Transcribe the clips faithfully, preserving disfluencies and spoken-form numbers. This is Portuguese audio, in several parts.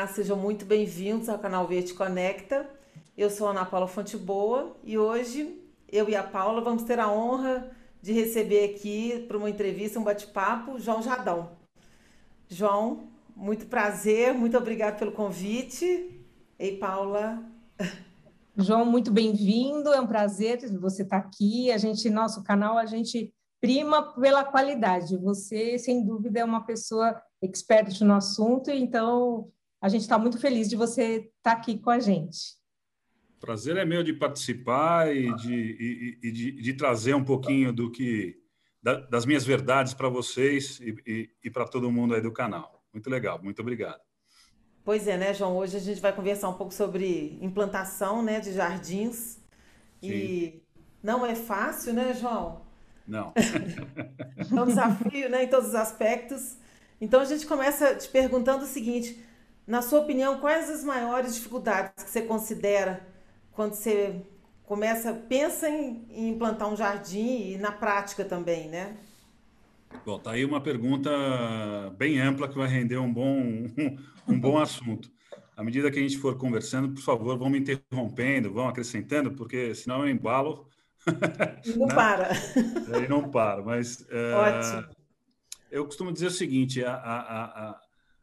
Olá, sejam muito bem-vindos ao canal Verde Conecta. Eu sou a Ana Paula Fonteboa e hoje eu e a Paula vamos ter a honra de receber aqui para uma entrevista, um bate-papo, João Jadão. João, muito prazer, muito obrigado pelo convite. Ei, Paula. João, muito bem-vindo, é um prazer você estar aqui. A gente, nosso canal, a gente prima pela qualidade. Você, sem dúvida, é uma pessoa expert no assunto, então a gente está muito feliz de você estar aqui com a gente. Prazer é meu de participar e de, e, e de, de trazer um pouquinho do que da, das minhas verdades para vocês e, e, e para todo mundo aí do canal. Muito legal, muito obrigado. Pois é, né, João? Hoje a gente vai conversar um pouco sobre implantação, né, de jardins. Sim. E não é fácil, né, João? Não. É um desafio, né, em todos os aspectos. Então a gente começa te perguntando o seguinte: na sua opinião, quais as maiores dificuldades que você considera quando você começa, pensa em, em implantar um jardim e na prática também, né? Bom, tá aí uma pergunta bem ampla que vai render um bom, um, um bom assunto. À medida que a gente for conversando, por favor, vão me interrompendo, vão acrescentando, porque senão eu embalo. E não Né? para. Aí não paro, mas uh, Ótimo. eu costumo dizer o seguinte: a, a, a,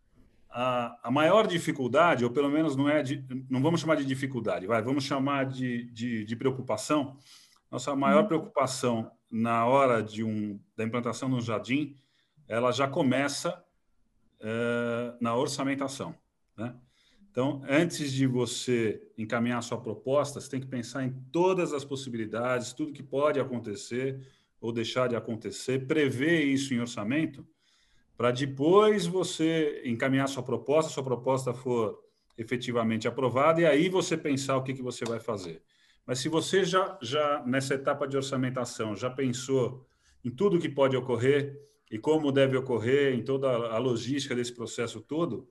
a, a maior dificuldade, ou pelo menos não é, de, não vamos chamar de dificuldade, vai, vamos chamar de, de, de preocupação. Nossa maior preocupação na hora de um, da implantação no jardim, ela já começa uh, na orçamentação, né? Então, antes de você encaminhar a sua proposta, você tem que pensar em todas as possibilidades, tudo que pode acontecer ou deixar de acontecer, prever isso em orçamento, para depois você encaminhar a sua proposta, a sua proposta for efetivamente aprovada, e aí você pensar o que, que você vai fazer. Mas se você já, já, nessa etapa de orçamentação, já pensou em tudo que pode ocorrer e como deve ocorrer, em toda a logística desse processo todo,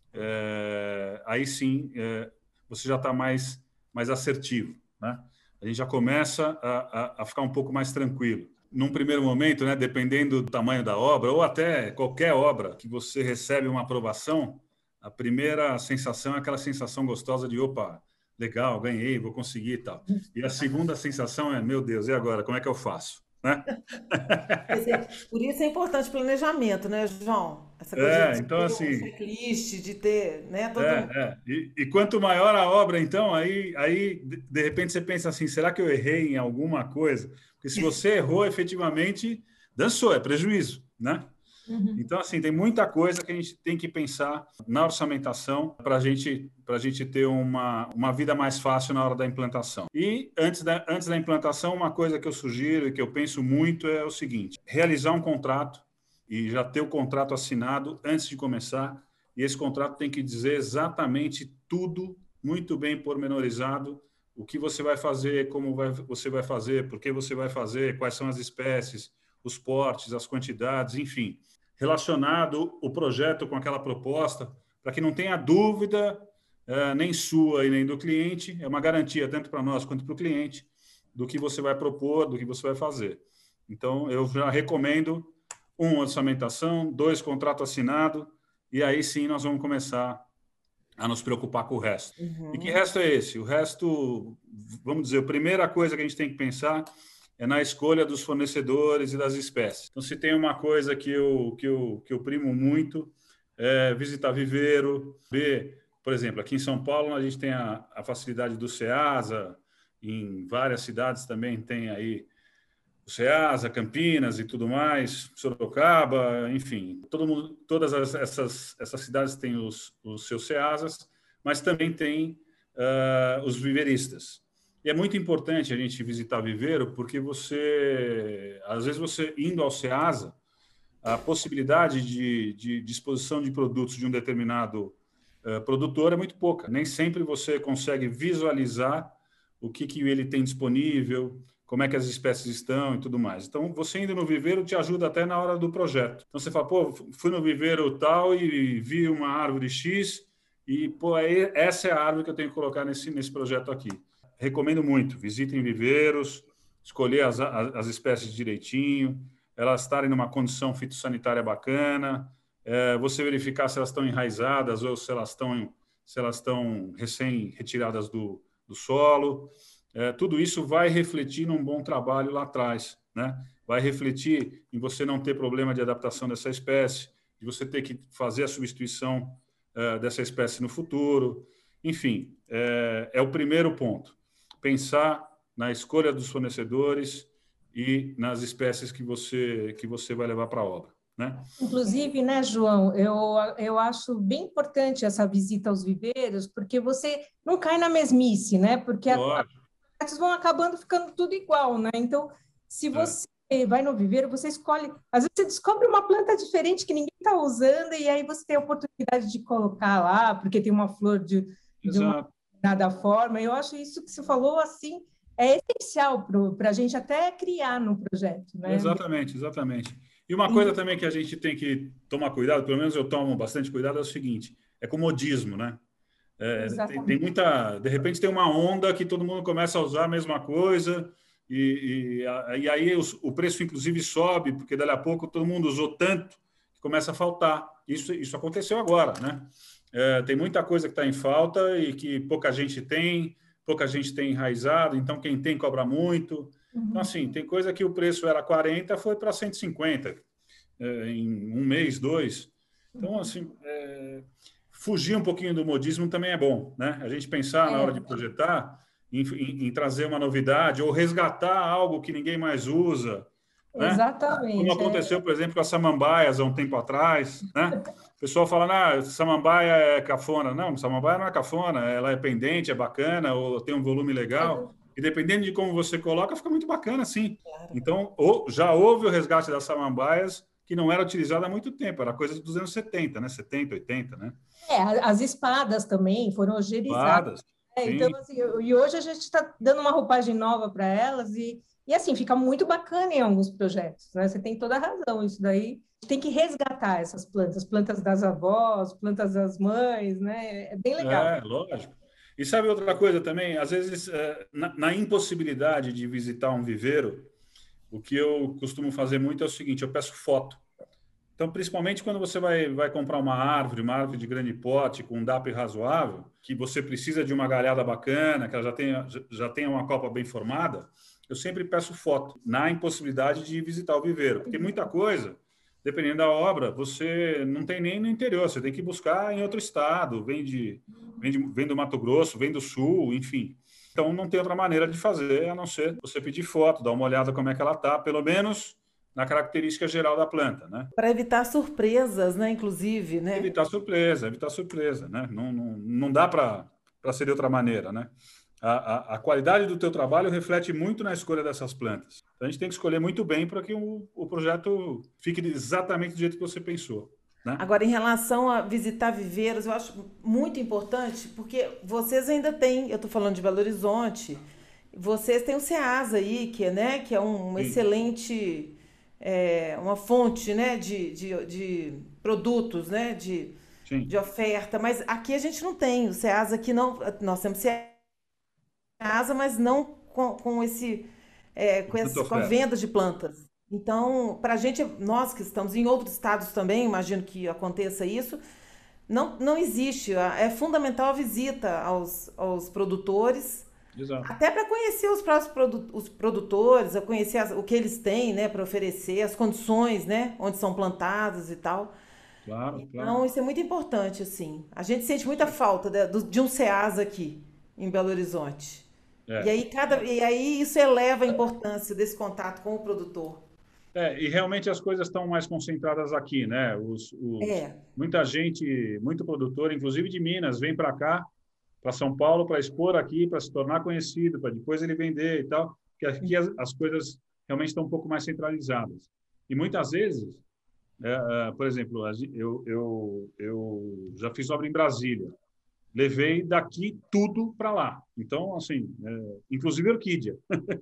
É, aí sim é, você já está mais, mais assertivo, né? A gente já começa a, a, a ficar um pouco mais tranquilo. Num primeiro momento, né, dependendo do tamanho da obra, ou até qualquer obra que você recebe uma aprovação, a primeira sensação é aquela sensação gostosa de opa, legal, ganhei, vou conseguir e tal. E a segunda sensação é, meu Deus, e agora? Como é que eu faço? Né? Por isso é importante o planejamento, né, João? Essa coisa É, de então ter um assim, checklist, de ter, né, É, todo um... é. E, e quanto maior a obra, então, aí, aí de, de repente você pensa assim, será que eu errei em alguma coisa? Porque se você errou, efetivamente, dançou, é prejuízo, né? Uhum. Então, assim, tem muita coisa que a gente tem que pensar na orçamentação para gente, a gente ter uma, uma vida mais fácil na hora da implantação. E antes da, antes da implantação, uma coisa que eu sugiro e que eu penso muito é o seguinte: realizar um contrato e já ter o contrato assinado antes de começar. E esse contrato tem que dizer exatamente tudo, muito bem pormenorizado, o que você vai fazer, como vai, você vai fazer, por que você vai fazer, quais são as espécies, os portes, as quantidades, enfim, relacionado o projeto com aquela proposta, para que não tenha dúvida, eh, nem sua e nem do cliente, é uma garantia tanto para nós quanto para o cliente, do que você vai propor, do que você vai fazer. Então, eu já recomendo um, orçamentação, dois, contrato assinado, e aí sim nós vamos começar a nos preocupar com o resto. E que Uhum. resto é esse? O resto, vamos dizer, a primeira coisa que a gente tem que pensar é na escolha dos fornecedores e das espécies. Então, se tem uma coisa que eu, que eu, que eu primo muito, é visitar viveiro, ver, por exemplo, aqui em São Paulo a gente tem a, a facilidade do Ceasa, em várias cidades também tem aí o Ceasa, Campinas e tudo mais, Sorocaba, enfim, todo mundo, todas as, essas, essas cidades têm os, os seus Ceasas, mas também tem uh, os viveristas. E é muito importante a gente visitar viveiro, porque você, às vezes você indo ao Ceasa, a possibilidade de, de disposição de produtos de um determinado uh, produtor é muito pouca. Nem sempre você consegue visualizar o que, que ele tem disponível, como é que as espécies estão e tudo mais. Então, você indo no viveiro te ajuda até na hora do projeto. Então, você fala, pô, fui no viveiro tal e vi uma árvore X e, pô, aí, essa é a árvore que eu tenho que colocar nesse, nesse projeto aqui. Recomendo muito. Visitem viveiros, escolher as, as, as espécies direitinho, elas estarem numa condição fitossanitária bacana, é, você verificar se elas estão enraizadas ou se elas estão se elas estão recém-retiradas do, do solo. É, tudo isso vai refletir num bom trabalho lá atrás, né? Vai refletir em você não ter problema de adaptação dessa espécie, de você ter que fazer a substituição uh, dessa espécie no futuro. Enfim, é, é o primeiro ponto. Pensar na escolha dos fornecedores e nas espécies que você, que você vai levar para a obra, né? Inclusive, né, João, eu, eu acho bem importante essa visita aos viveiros, porque você não cai na mesmice, né? Porque as espécies vão acabando ficando tudo igual, né? Então, se você é. vai no viveiro, você escolhe... Às vezes você descobre uma planta diferente que ninguém está usando e aí você tem a oportunidade de colocar lá, porque tem uma flor de, de uma determinada forma. Eu acho isso que você falou, assim, é essencial para a gente até criar no projeto, né? Exatamente, exatamente. E uma coisa também que a gente tem que tomar cuidado, pelo menos eu tomo bastante cuidado, é o seguinte, é com o modismo, né? É, tem, tem muita... De repente tem uma onda que todo mundo começa a usar a mesma coisa e, e, e aí o, o preço, inclusive, sobe, porque dali a pouco todo mundo usou tanto que começa a faltar. Isso, isso aconteceu agora, né? É, tem muita coisa que está em falta e que pouca gente tem, pouca gente tem enraizado, então quem tem cobra muito. Então, assim, tem coisa que o preço era quarenta, foi para cento e cinquenta é, em um mês, dois. Então, assim, é, fugir um pouquinho do modismo também é bom, né? A gente pensar é. na hora de projetar em, em, em trazer uma novidade ou resgatar algo que ninguém mais usa. Né? Exatamente. Como aconteceu, é. por exemplo, com as samambaias há um tempo atrás, né? O pessoal fala, ah, samambaia é cafona. Não, samambaia não é cafona, ela é pendente, é bacana, ou tem um volume legal. É. E dependendo de como você coloca, fica muito bacana, sim. Claro. Então, já houve o resgate das samambaias, que não era utilizada há muito tempo, era coisa dos anos setenta, né? setenta, oitenta, né? É, as espadas também foram ojerizadas. É, então, assim, e hoje a gente está dando uma roupagem nova para elas e, e, assim, fica muito bacana em alguns projetos, né? Você tem toda a razão, isso daí tem que resgatar essas plantas, plantas das avós, plantas das mães, né? É bem legal. É, lógico. E sabe outra coisa também? Às vezes, na, na impossibilidade de visitar um viveiro, o que eu costumo fazer muito é o seguinte, eu peço foto. Então, principalmente quando você vai, vai comprar uma árvore, uma árvore de grande porte, com um D A P razoável, que você precisa de uma galhada bacana, que ela já tenha, já tenha uma copa bem formada, eu sempre peço foto, na impossibilidade de visitar o viveiro. Porque muita coisa, dependendo da obra, você não tem nem no interior, você tem que buscar em outro estado, vem, de, vem, de, vem do Mato Grosso, vem do Sul, enfim. Então, não tem outra maneira de fazer, a não ser você pedir foto, dar uma olhada como é que ela está, pelo menos na característica geral da planta, né? Para evitar surpresas, né? Inclusive, né? Evitar surpresa, evitar surpresa, né? Não, não, não dá para ser de outra maneira, né? A, a, a qualidade do teu trabalho reflete muito na escolha dessas plantas. Então, a gente tem que escolher muito bem para que o, o projeto fique exatamente do jeito que você pensou. Né? Agora, em relação a visitar viveiros, eu acho muito importante, porque vocês ainda têm, eu estou falando de Belo Horizonte, vocês têm o SEASA aí, que é, né, que é um Sim. excelente, é, uma fonte, né, de, de, de produtos, né, de, de oferta, mas aqui a gente não tem, o SEASA aqui não, nós temos SEASA, mas não com, com, esse, é, com, esse, com a venda de plantas. Então, para a gente, nós que estamos em outros estados também, imagino que aconteça isso, não, não existe. É fundamental a visita aos, aos produtores, Exato. até para conhecer os próprios produ os produtores, a conhecer as, o que eles têm, né, para oferecer, as condições, né, onde são plantados e tal. Claro, então, claro. isso é muito importante, assim. A gente sente muita falta de, de um SEASA aqui, em Belo Horizonte. É. E, aí, cada, e aí isso eleva a importância desse contato com o produtor. É, e realmente as coisas estão mais concentradas aqui, né? Os, os, é. Muita gente, muito produtor, inclusive de Minas, vem para cá, para São Paulo, para expor aqui, para se tornar conhecido, para depois ele vender e tal, porque aqui as, as coisas realmente estão um pouco mais centralizadas. E muitas vezes, é, é, por exemplo, eu, eu, eu já fiz obra em Brasília, levei daqui tudo para lá. Então, assim, é, inclusive orquídea.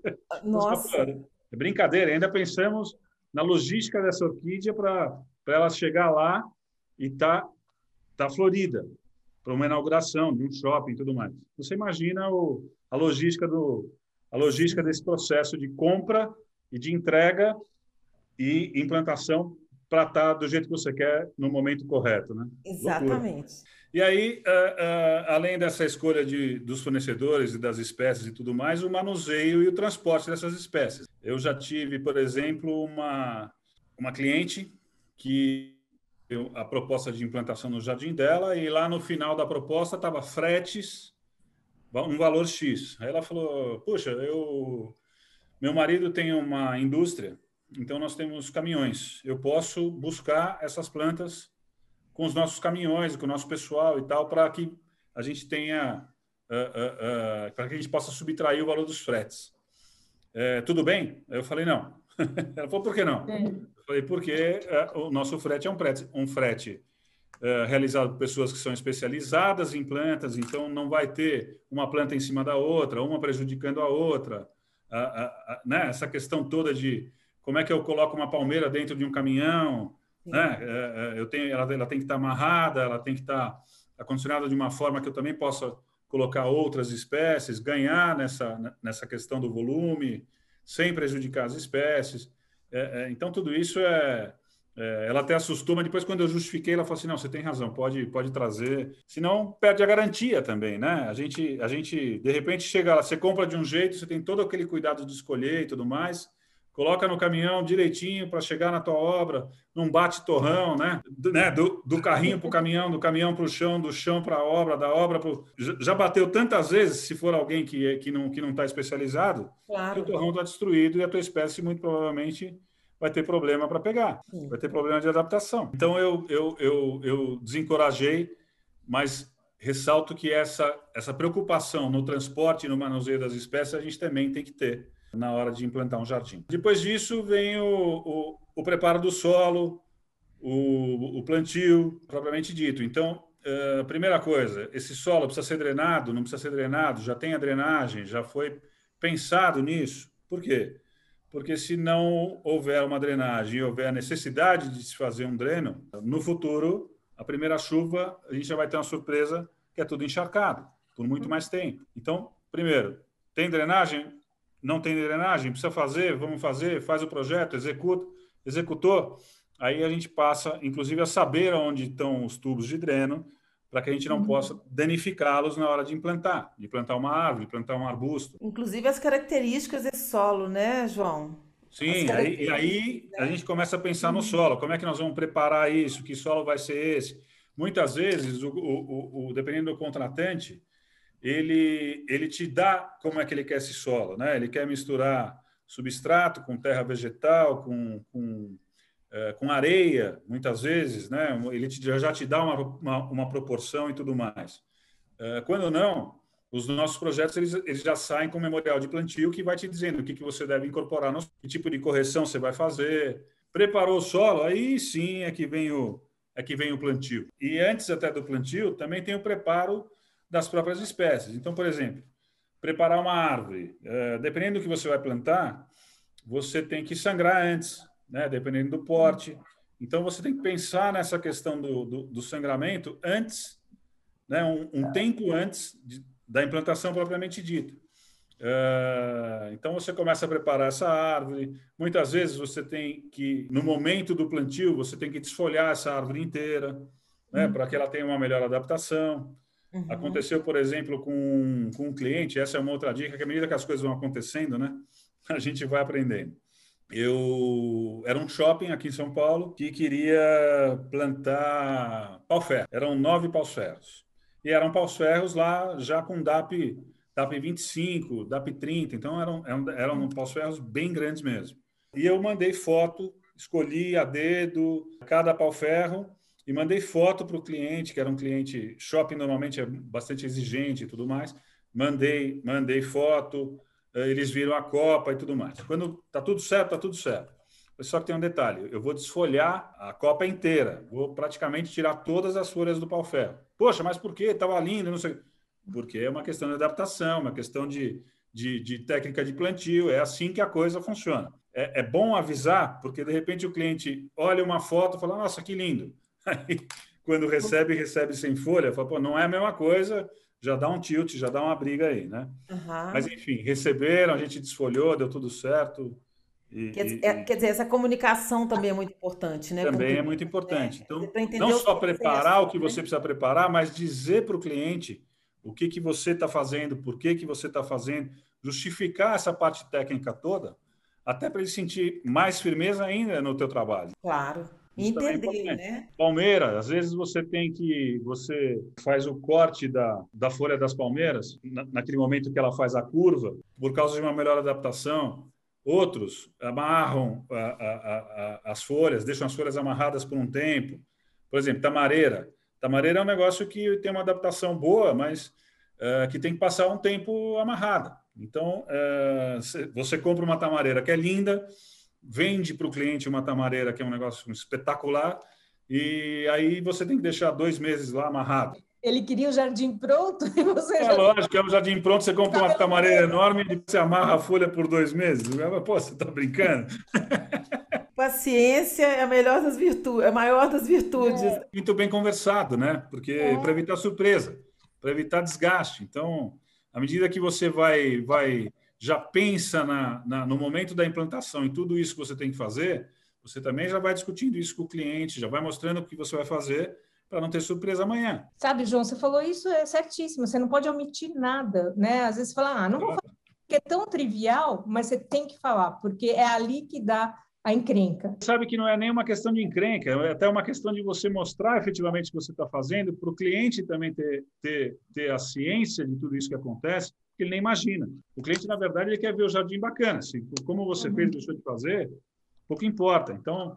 Nossa! É brincadeira, ainda pensamos na logística dessa orquídea para ela chegar lá e tá, tá florida, para uma inauguração de um shopping e tudo mais. Você imagina o, a, logística do, a logística desse processo de compra e de entrega e implantação para estar do jeito que você quer no momento correto, né? Loucura. Exatamente. E aí, uh, uh, além dessa escolha de, dos fornecedores e das espécies e tudo mais, o manuseio e o transporte dessas espécies. Eu já tive, por exemplo, uma, uma cliente que eu, a proposta de implantação no jardim dela, e lá no final da proposta estava fretes, um valor X. Aí ela falou, puxa, eu, meu marido tem uma indústria, então nós temos caminhões. Eu posso buscar essas plantas com os nossos caminhões, com o nosso pessoal e tal, para que a gente tenha, uh, uh, uh, para que a gente possa subtrair o valor dos fretes. É, tudo bem? Eu falei, não. Ela falou, por que não? É. Eu falei, porque uh, o nosso frete é um frete, um frete uh, realizado por pessoas que são especializadas em plantas, então não vai ter uma planta em cima da outra, uma prejudicando a outra. Uh, uh, uh, né? Essa questão toda de como é que eu coloco uma palmeira dentro de um caminhão, né? Eu tenho, ela, ela tem que estar amarrada, ela tem que estar acondicionada de uma forma que eu também possa colocar outras espécies, ganhar nessa, nessa questão do volume, sem prejudicar as espécies. É, é, então, tudo isso é, é... Ela até assustou, mas depois, quando eu justifiquei, ela falou assim, não, você tem razão, pode, pode trazer. Senão, perde a garantia também, né? A gente, a gente, de repente, chega lá, você compra de um jeito, você tem todo aquele cuidado de escolher e tudo mais, coloca no caminhão direitinho para chegar na tua obra, não bate torrão, né? Do, né? do, do carrinho para o caminhão, do caminhão para o chão, do chão para a obra, da obra para o... Já bateu tantas vezes, se for alguém que, que não que não está especializado, claro, que o torrão está destruído e a tua espécie muito provavelmente vai ter problema para pegar, Sim. vai ter problema de adaptação. Então, eu, eu, eu, eu desencorajei, mas ressalto que essa, essa preocupação no transporte e no manuseio das espécies a gente também tem que ter na hora de implantar um jardim. Depois disso vem o, o, o preparo do solo, o, o plantio, propriamente dito. Então, a primeira coisa, esse solo precisa ser drenado, não precisa ser drenado, já tem a drenagem, já foi pensado nisso. Por quê? Porque se não houver uma drenagem e houver a necessidade de se fazer um dreno, no futuro, a primeira chuva, a gente já vai ter uma surpresa que é tudo encharcado, por muito mais tempo. Então, primeiro, tem drenagem? Não tem drenagem, precisa fazer, vamos fazer, faz o projeto, executa, executou, aí a gente passa, inclusive, a saber onde estão os tubos de dreno, para que a gente não uhum. possa danificá-los na hora de implantar, de plantar uma árvore, de plantar um arbusto. Inclusive as características desse solo, né, João? Sim, aí, e aí a gente começa a pensar no solo, como é que nós vamos preparar isso, que solo vai ser esse? Muitas vezes, o, o, o, dependendo do contratante, Ele, ele te dá como é que ele quer esse solo, né? Ele quer misturar substrato com terra vegetal, com, com, é, com areia, muitas vezes, né? Ele te, já te dá uma, uma, uma proporção e tudo mais. É, quando não, os nossos projetos eles, eles já saem com memorial de plantio que vai te dizendo o que, que você deve incorporar, no, que tipo de correção você vai fazer. Preparou o solo, aí sim é que vem o, é que vem o plantio. E antes até do plantio, também tem o preparo das próprias espécies. Então, por exemplo, preparar uma árvore. É, dependendo do que você vai plantar, você tem que sangrar antes, né? Dependendo do porte. Então, você tem que pensar nessa questão do, do, do sangramento antes, né? um, um tempo antes de, da implantação propriamente dita. É, então, você começa a preparar essa árvore. Muitas vezes, você tem que, no momento do plantio, você tem que desfolhar essa árvore inteira, né? Uhum. Para que ela tenha uma melhor adaptação. Uhum. Aconteceu, por exemplo, com, com um cliente, essa é uma outra dica, que à medida que as coisas vão acontecendo, né, a gente vai aprendendo. Eu era um shopping aqui em São Paulo que queria plantar pau-ferro. Eram nove paus-ferros. E eram paus-ferros lá já com D A P, D A P vinte e cinco, D A P trinta, então eram, eram, eram paus-ferros bem grandes mesmo. E eu mandei foto, escolhi a dedo cada pau-ferro, e mandei foto para o cliente, que era um cliente, shopping normalmente é bastante exigente e tudo mais. Mandei, mandei foto, eles viram a copa e tudo mais. Quando está tudo certo, está tudo certo. Só que tem um detalhe, eu vou desfolhar a copa inteira, vou praticamente tirar todas as folhas do pau-ferro. Poxa, mas por quê? Estava lindo, não sei. Porque é uma questão de adaptação, uma questão de, de, de técnica de plantio, é assim que a coisa funciona. É, é bom avisar, porque de repente o cliente olha uma foto e fala, nossa, que lindo. Aí, quando recebe, recebe sem folha, fala, pô, não é a mesma coisa, já dá um tilt, já dá uma briga aí, né? Uhum. Mas, enfim, receberam, a gente desfolhou, deu tudo certo, E, Quer, e, é- e quer dizer, essa comunicação também é muito importante, né, com o também é muito cliente, né? importante. Então, Para entender não os só preparar o processos, que você né? precisa preparar, mas dizer para o cliente o que, que você está fazendo, por que, que você está fazendo, justificar essa parte técnica toda, até para ele sentir mais firmeza ainda no teu trabalho. Claro. Isso também é Entender, importante. né? Palmeira, às vezes você tem que, você faz o corte da, da folha das palmeiras, na, naquele momento que ela faz a curva, por causa de uma melhor adaptação. Outros amarram a, a, a, as folhas, deixam as folhas amarradas por um tempo. Por exemplo, tamareira. Tamareira é um negócio que tem uma adaptação boa, mas uh, que tem que passar um tempo amarrada. Então, uh, você compra uma tamareira que é linda, vende para o cliente uma tamareira que é um negócio espetacular, e aí você tem que deixar dois meses lá amarrado. Ele queria o jardim pronto e você É já... lógico, é um jardim pronto, você compra uma tamareira enorme e você amarra a folha por dois meses. Pô, você está brincando? Paciência é a melhor das virtudes, é a maior das virtudes. Muito bem conversado, né? Porque É. para evitar surpresa, para evitar desgaste. Então, à medida que você vai, vai já pensa na, na, no momento da implantação e tudo isso que você tem que fazer, você também já vai discutindo isso com o cliente, já vai mostrando o que você vai fazer para não ter surpresa amanhã. Sabe, João, você falou isso, é certíssimo, você não pode omitir nada, né? Às vezes você fala, ah, não vou falar, porque é tão trivial, mas você tem que falar, porque é ali que dá a encrenca. Sabe que não é nem uma questão de encrenca, é até uma questão de você mostrar efetivamente o que você está fazendo, para o cliente também ter, ter, ter a ciência de tudo isso que acontece, que ele nem imagina. O cliente, na verdade, ele quer ver o jardim bacana. Se, como você uhum. fez, deixou de fazer, pouco importa. Então,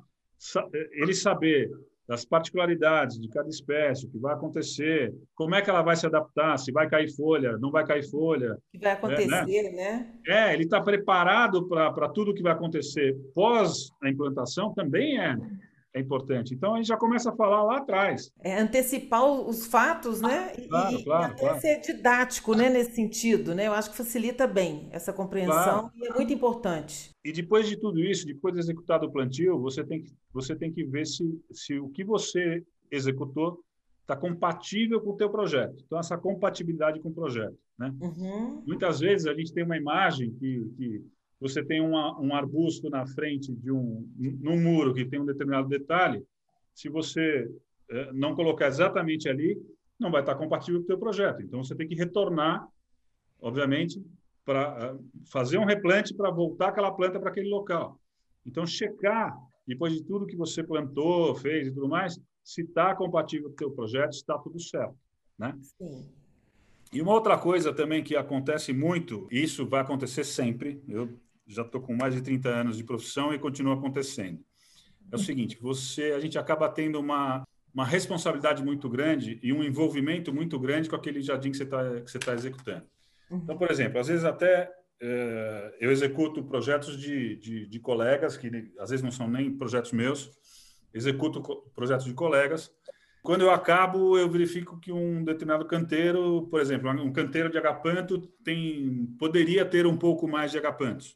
ele saber das particularidades de cada espécie, o que vai acontecer, como é que ela vai se adaptar, se vai cair folha, não vai cair folha. O que vai acontecer, né? né? É, ele está preparado para tudo o que vai acontecer pós a implantação também é, é importante. Então, a gente já começa a falar lá atrás. É antecipar os fatos, né? E, claro, e, claro, e até claro. ser didático, né? Nesse sentido, né? Eu acho que facilita bem essa compreensão claro. E é muito importante. E depois de tudo isso, depois de executado o plantio, você tem que, você tem que ver se, se o que você executou está compatível com o teu projeto. Então, essa compatibilidade com o projeto. Né? Uhum. Muitas vezes a gente tem uma imagem que, que você tem uma, um arbusto na frente de um num muro que tem um determinado detalhe. Se você eh, não colocar exatamente ali, não vai estar compatível com o teu projeto. Então, você tem que retornar, obviamente, para fazer um replante para voltar aquela planta para aquele local. Então, checar, depois de tudo que você plantou, fez e tudo mais, se está compatível com o teu projeto, se está tudo certo. Né? Sim. E uma outra coisa também que acontece muito, e isso vai acontecer sempre, eu já estou com mais de trinta anos de profissão e continua acontecendo, é o seguinte, você, a gente acaba tendo uma, uma responsabilidade muito grande e um envolvimento muito grande com aquele jardim que você está que você tá executando. Então, por exemplo, às vezes até eh, eu executo projetos de, de, de colegas, que às vezes não são nem projetos meus, executo projetos de colegas. Quando eu acabo, eu verifico que um determinado canteiro, por exemplo, um canteiro de agapanto tem, poderia ter um pouco mais de agapantos.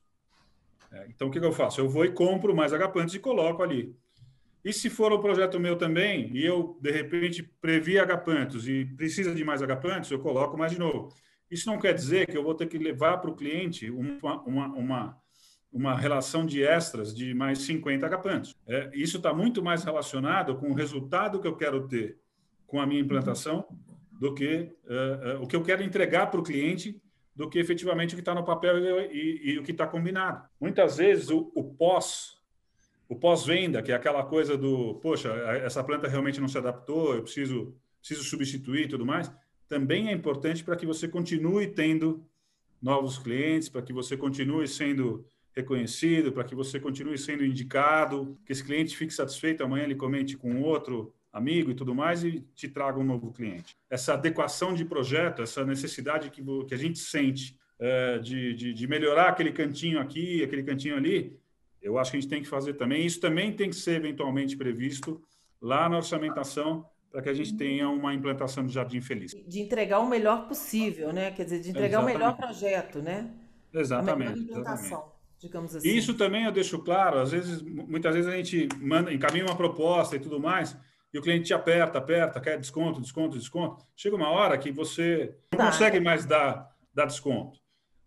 É, então, o que, que eu faço? Eu vou e compro mais agapantos e coloco ali. E se for um projeto meu também, e eu, de repente, previ agapantos e precisa de mais agapantos, eu coloco mais de novo. Isso não quer dizer que eu vou ter que levar para o cliente uma, uma, uma, uma relação de extras de mais cinquenta agapantos. É, isso está muito mais relacionado com o resultado que eu quero ter com a minha implantação do que uh, uh, o que eu quero entregar para o cliente do que efetivamente o que está no papel e, e, e o que está combinado. Muitas vezes o, o pós, o pós-venda, que é aquela coisa do, poxa, essa planta realmente não se adaptou, eu preciso, preciso substituir e tudo mais, também é importante para que você continue tendo novos clientes, para que você continue sendo reconhecido, para que você continue sendo indicado, que esse cliente fique satisfeito, amanhã ele comente com outro amigo e tudo mais e te traga um novo cliente. Essa adequação de projeto, essa necessidade que, que a gente sente é, de, de, de melhorar aquele cantinho aqui, aquele cantinho ali, eu acho que a gente tem que fazer também. Isso também tem que ser eventualmente previsto lá na orçamentação, para que a gente tenha uma implantação de jardim feliz. De entregar o melhor possível, né? Quer dizer, de entregar Exatamente. o melhor projeto, né? Exatamente. A melhor implantação, exatamente. digamos assim. E isso também eu deixo claro, às vezes, muitas vezes a gente manda, encaminha uma proposta e tudo mais, e o cliente te aperta, aperta, quer desconto, desconto, desconto. Chega uma hora que você não consegue mais dar, dar desconto.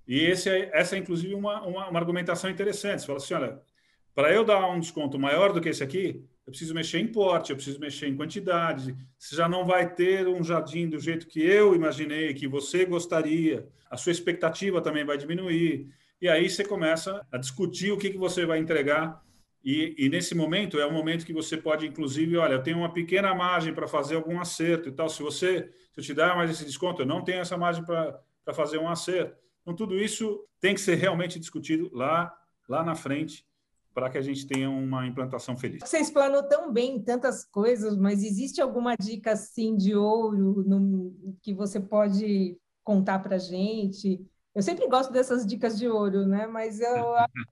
E esse é, essa é, inclusive, uma, uma, uma argumentação interessante. Você fala assim, olha, para eu dar um desconto maior do que esse aqui, eu preciso mexer em porte, eu preciso mexer em quantidade. Você já não vai ter um jardim do jeito que eu imaginei, que você gostaria. A sua expectativa também vai diminuir. E aí você começa a discutir o que, que você vai entregar. E, e nesse momento, é o momento que você pode, inclusive, olha, eu tenho uma pequena margem para fazer algum acerto e tal. Se você, se eu te dar mais esse desconto, eu não tenho essa margem para fazer um acerto. Então, tudo isso tem que ser realmente discutido lá, lá na frente, para que a gente tenha uma implantação feliz. Você explanou tão bem tantas coisas, mas existe alguma dica assim de ouro no, que você pode contar para a gente? Eu sempre gosto dessas dicas de ouro, né? Mas eu,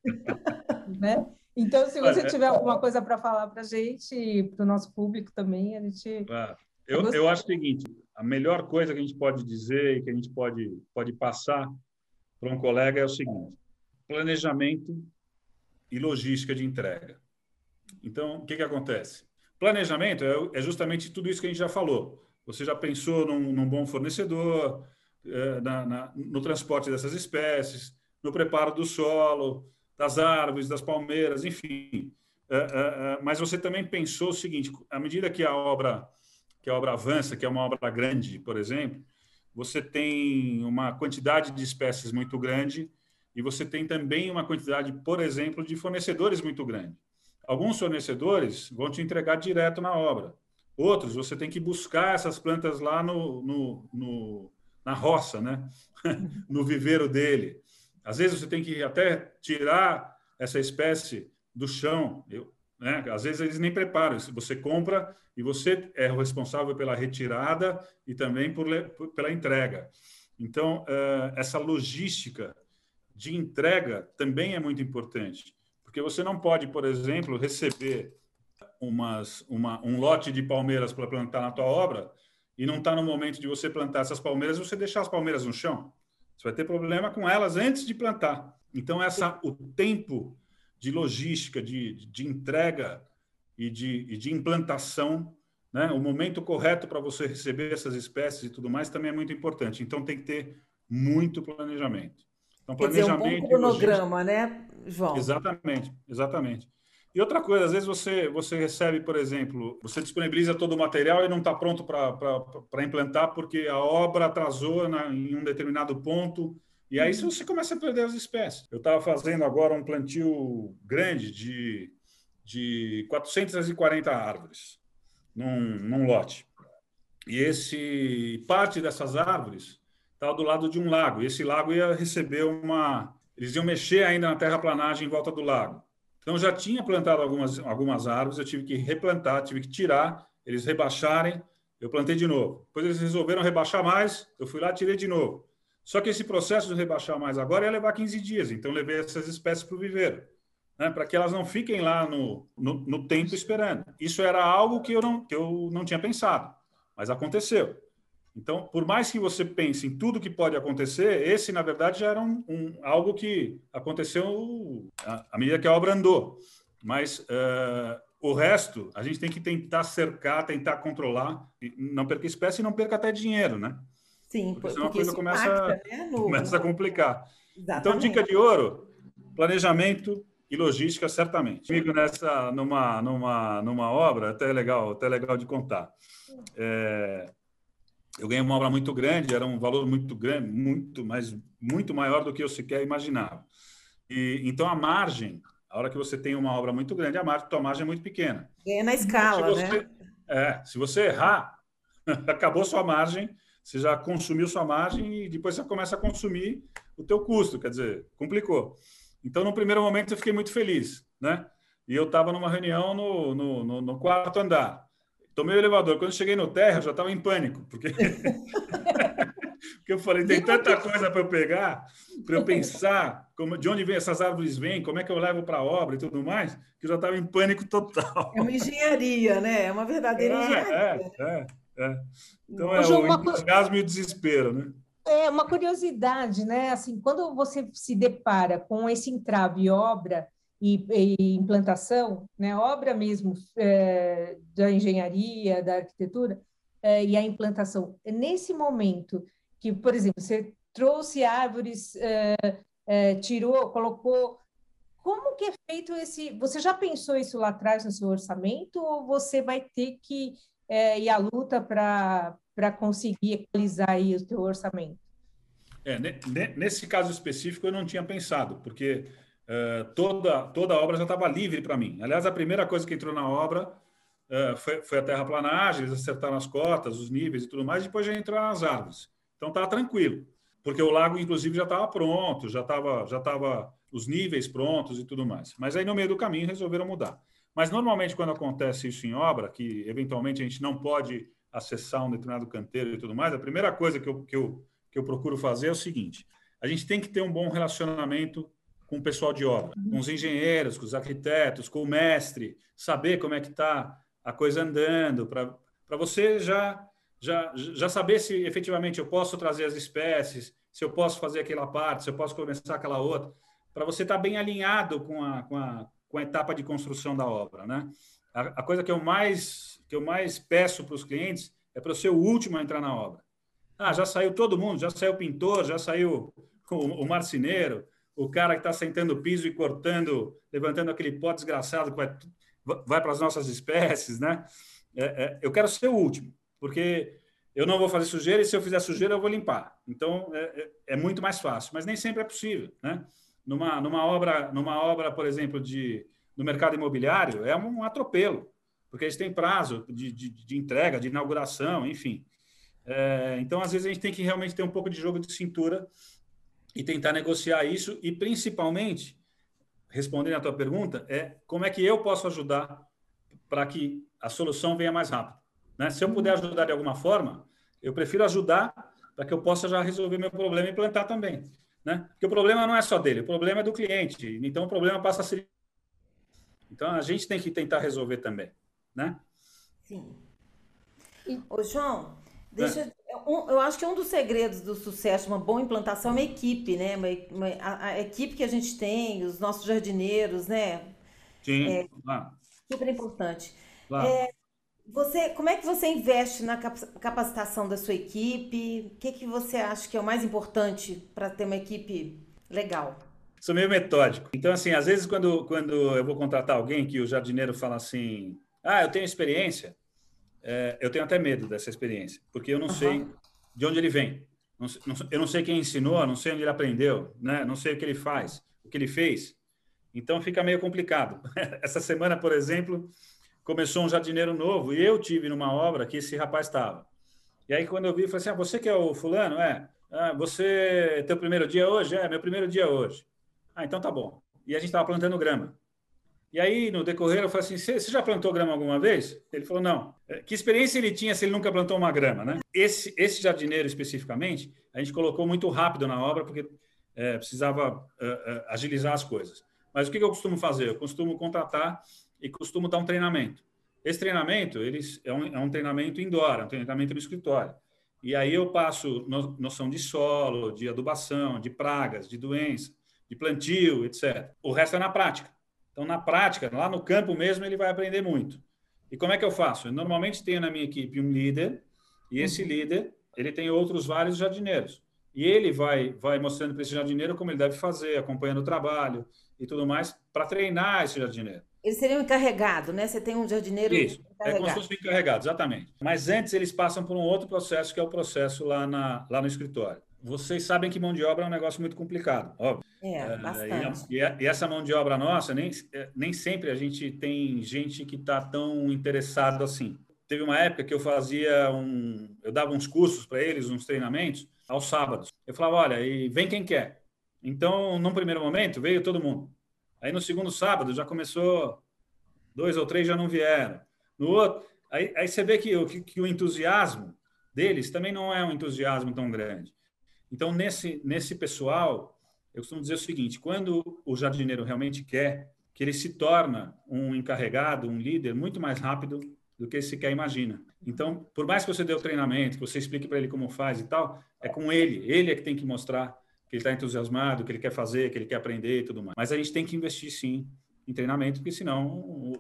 né? Então, se você tiver alguma coisa para falar para a gente, para o nosso público também, a gente. Ah, eu, eu acho o seguinte: a melhor coisa que a gente pode dizer e que a gente pode pode passar para um colega é o seguinte: planejamento e logística de entrega. Então, o que, que acontece? Planejamento é, é justamente tudo isso que a gente já falou. Você já pensou num, num bom fornecedor, é, na, na, no transporte dessas espécies, no preparo do solo, das árvores, das palmeiras, enfim. É, é, é, mas você também pensou o seguinte: à medida que a obra que a obra avança, que é uma obra grande, por exemplo, você tem uma quantidade de espécies muito grande e você tem também uma quantidade, por exemplo, de fornecedores muito grande. Alguns fornecedores vão te entregar direto na obra. Outros, você tem que buscar essas plantas lá no, no, no, na roça, né? No viveiro dele. Às vezes, você tem que até tirar essa espécie do chão. Eu, né? Às vezes, eles nem preparam. Você compra e você é o responsável pela retirada e também por, por, pela entrega. Então, uh, essa logística de entrega também é muito importante, porque você não pode, por exemplo, receber umas, uma, um lote de palmeiras para plantar na tua obra e não está no momento de você plantar essas palmeiras, você deixar as palmeiras no chão. Você vai ter problema com elas antes de plantar. Então, essa, o tempo de logística, de, de entrega e de, e de implantação, né? O momento correto para você receber essas espécies e tudo mais também é muito importante. Então, tem que ter muito planejamento. Então, Quer dizer, um bom cronograma, né, João? Exatamente, exatamente. E outra coisa, às vezes você, você recebe, por exemplo, você disponibiliza todo o material e não está pronto para implantar porque a obra atrasou na, em um determinado ponto, e aí você começa a perder as espécies. Eu estava fazendo agora um plantio grande de, de quatrocentas e quarenta árvores num, num lote. E esse, parte dessas árvores estava do lado de um lago. E esse lago ia receber uma... Eles iam mexer ainda na terraplanagem em volta do lago. Então, eu já tinha plantado algumas, algumas árvores, eu tive que replantar, tive que tirar, eles rebaixarem, eu plantei de novo. Depois eles resolveram rebaixar mais, eu fui lá e tirei de novo. Só que esse processo de rebaixar mais agora ia levar quinze dias, então eu levei essas espécies para o viveiro, né, para que elas não fiquem lá no, no, no tempo esperando. Isso era algo que eu não, que eu não tinha pensado, mas aconteceu. Então, por mais que você pense em tudo que pode acontecer, esse, na verdade, já era um, um, algo que aconteceu à, à medida que a obra andou. Mas uh, o resto, a gente tem que tentar cercar, tentar controlar, não perca espécie e não perca até dinheiro, né? Sim, porque senão porque a coisa começa, impacta, né, no... começa a complicar. Exatamente. Então, dica de ouro, planejamento e logística, certamente. Comigo nessa, numa, numa, numa obra, até legal, até legal de contar. É... Eu ganhei uma obra muito grande, era um valor muito grande, muito, mas muito maior do que eu sequer imaginava. E então a margem, a hora que você tem uma obra muito grande, a margem, a tua margem é muito pequena. Ganha na escala, se você, né? É, se você errar, acabou sua margem, você já consumiu sua margem e depois você começa a consumir o teu custo, quer dizer, complicou. Então, no primeiro momento, eu fiquei muito feliz, né? E eu estava numa reunião no, no, no, no quarto andar. Tomei o elevador. Quando cheguei no térreo, eu já estava em pânico, porque... porque eu falei, tem tanta coisa para eu pegar, para eu pensar como, de onde vem essas árvores vêm, como é que eu levo para a obra e tudo mais, que eu já estava em pânico total. É uma engenharia, né? É uma verdadeira é, engenharia. É, é, é. Então, Ô, é João, o uma... entusiasmo e o desespero, né? É uma curiosidade, né? Assim, quando você se depara com esse entrave obra e, e implantação, né? Obra mesmo é, da engenharia, da arquitetura, é, e a implantação, é nesse momento que, por exemplo, você trouxe árvores, é, é, tirou, colocou... Como que é feito esse... Você já pensou isso lá atrás no seu orçamento ou você vai ter que é, ir à luta para para conseguir equalizar aí o seu orçamento? É, nesse caso específico eu não tinha pensado, porque uh, toda, toda a obra já estava livre para mim. Aliás, a primeira coisa que entrou na obra uh, foi, foi a terraplanagem, eles acertaram as cotas, os níveis e tudo mais, e depois já entraram as árvores. Então estava tranquilo, porque o lago, inclusive, já estava pronto, já estava já estava os níveis prontos e tudo mais. Mas aí, no meio do caminho, resolveram mudar. Mas, normalmente, quando acontece isso em obra, que, eventualmente, a gente não pode acessar um determinado canteiro e tudo mais, a primeira coisa que eu, que eu, que eu procuro fazer é o seguinte: a gente tem que ter um bom relacionamento com o pessoal de obra, com os engenheiros, com os arquitetos, com o mestre, saber como é que está a coisa andando, para você já, já, já saber se, efetivamente, eu posso trazer as espécies, se eu posso fazer aquela parte, se eu posso começar aquela outra, para você estar bem alinhado com a, com, a, com a etapa de construção da obra, né? A, a coisa que eu mais, que eu mais peço para os clientes é para eu ser o último a entrar na obra. Ah, já saiu todo mundo, já saiu o pintor, já saiu o, o marceneiro, o cara que está sentando o piso e cortando, levantando aquele pó desgraçado que vai, vai para as nossas espécies, né? É, é, eu quero ser o último, porque eu não vou fazer sujeira e se eu fizer sujeira eu vou limpar. Então, é, é, é muito mais fácil, mas nem sempre é possível, né? Numa, numa, obra, numa obra, por exemplo, de, no mercado imobiliário, é um atropelo, porque eles têm prazo de, de, de entrega, de inauguração, enfim. É, então, às vezes, a gente tem que realmente ter um pouco de jogo de cintura e tentar negociar isso e, principalmente, respondendo à tua pergunta, é como é que eu posso ajudar para que a solução venha mais rápido, né? Se eu puder ajudar de alguma forma, eu prefiro ajudar para que eu possa já resolver meu problema e implantar também, né? Porque o problema não é só dele, o problema é do cliente. Então, o problema passa a ser... Então, a gente tem que tentar resolver também, né? Sim. Ô, João, deixa... Um, eu acho que um dos segredos do sucesso de uma boa implantação é uma equipe, né? Uma, uma, a, a equipe que a gente tem, os nossos jardineiros, né? Sim, claro. Super importante. Claro. É, você, como é que você investe na capacitação da sua equipe? O que que você acha que é o mais importante para ter uma equipe legal? Sou meio metódico. Então, assim, às vezes, quando, quando eu vou contratar alguém que o jardineiro fala assim, ah, eu tenho experiência, é, eu tenho até medo dessa experiência, porque eu não sei Aham. de onde ele vem. Não, não, eu não sei quem ensinou, não sei onde ele aprendeu, né? Não sei o que ele faz, o que ele fez. Então, fica meio complicado. Essa semana, por exemplo, começou um jardineiro novo e eu tive numa obra que esse rapaz estava. E aí, quando eu vi, eu falei assim, ah, você que é o fulano? É. Ah, você, teu primeiro dia hoje? É, meu primeiro dia hoje. Ah, então tá bom. E a gente estava plantando grama. E aí, no decorrer, eu falei assim, você já plantou grama alguma vez? Ele falou, não. Que experiência ele tinha se ele nunca plantou uma grama, né? Esse, esse jardineiro, especificamente, a gente colocou muito rápido na obra, porque é, precisava uh, uh, agilizar as coisas. Mas o que eu costumo fazer? Eu costumo contratar e costumo dar um treinamento. Esse treinamento eles, é, um, é um treinamento indoor, é um treinamento no escritório. E aí eu passo no, noção de solo, de adubação, de pragas, de doença, de plantio, etcétera. O resto é na prática. Então, na prática, lá no campo mesmo, ele vai aprender muito. E como é que eu faço? Eu normalmente tenho na minha equipe um líder, e esse uhum. líder, ele tem outros vários jardineiros. E ele vai, vai mostrando para esse jardineiro como ele deve fazer, acompanhando o trabalho e tudo mais, para treinar esse jardineiro. Ele seria um encarregado, né? Você tem um jardineiro Isso, encarregado. é como se fosse um encarregado, exatamente. Mas antes eles passam por um outro processo, que é o processo lá, na, lá no escritório. Vocês sabem que mão de obra é um negócio muito complicado, óbvio. É, bastante. E, a, e essa mão de obra nossa, nem, nem sempre a gente tem gente que está tão interessado assim. Teve uma época que eu fazia um... Eu dava uns cursos para eles, uns treinamentos, aos sábados. Eu falava, olha, e vem quem quer. Então, num primeiro momento, veio todo mundo. Aí, no segundo sábado, já começou... Dois ou três já não vieram. No outro... Aí, aí você vê que, que, que o entusiasmo deles também não é um entusiasmo tão grande. Então, nesse, nesse pessoal, eu costumo dizer o seguinte, quando o jardineiro realmente quer, que ele se torna um encarregado, um líder, muito mais rápido do que ele sequer imagina. Então, por mais que você dê o treinamento, que você explique para ele como faz e tal, é com ele. Ele é que tem que mostrar que ele está entusiasmado, que ele quer fazer, que ele quer aprender e tudo mais. Mas a gente tem que investir, sim, em treinamento, porque senão o,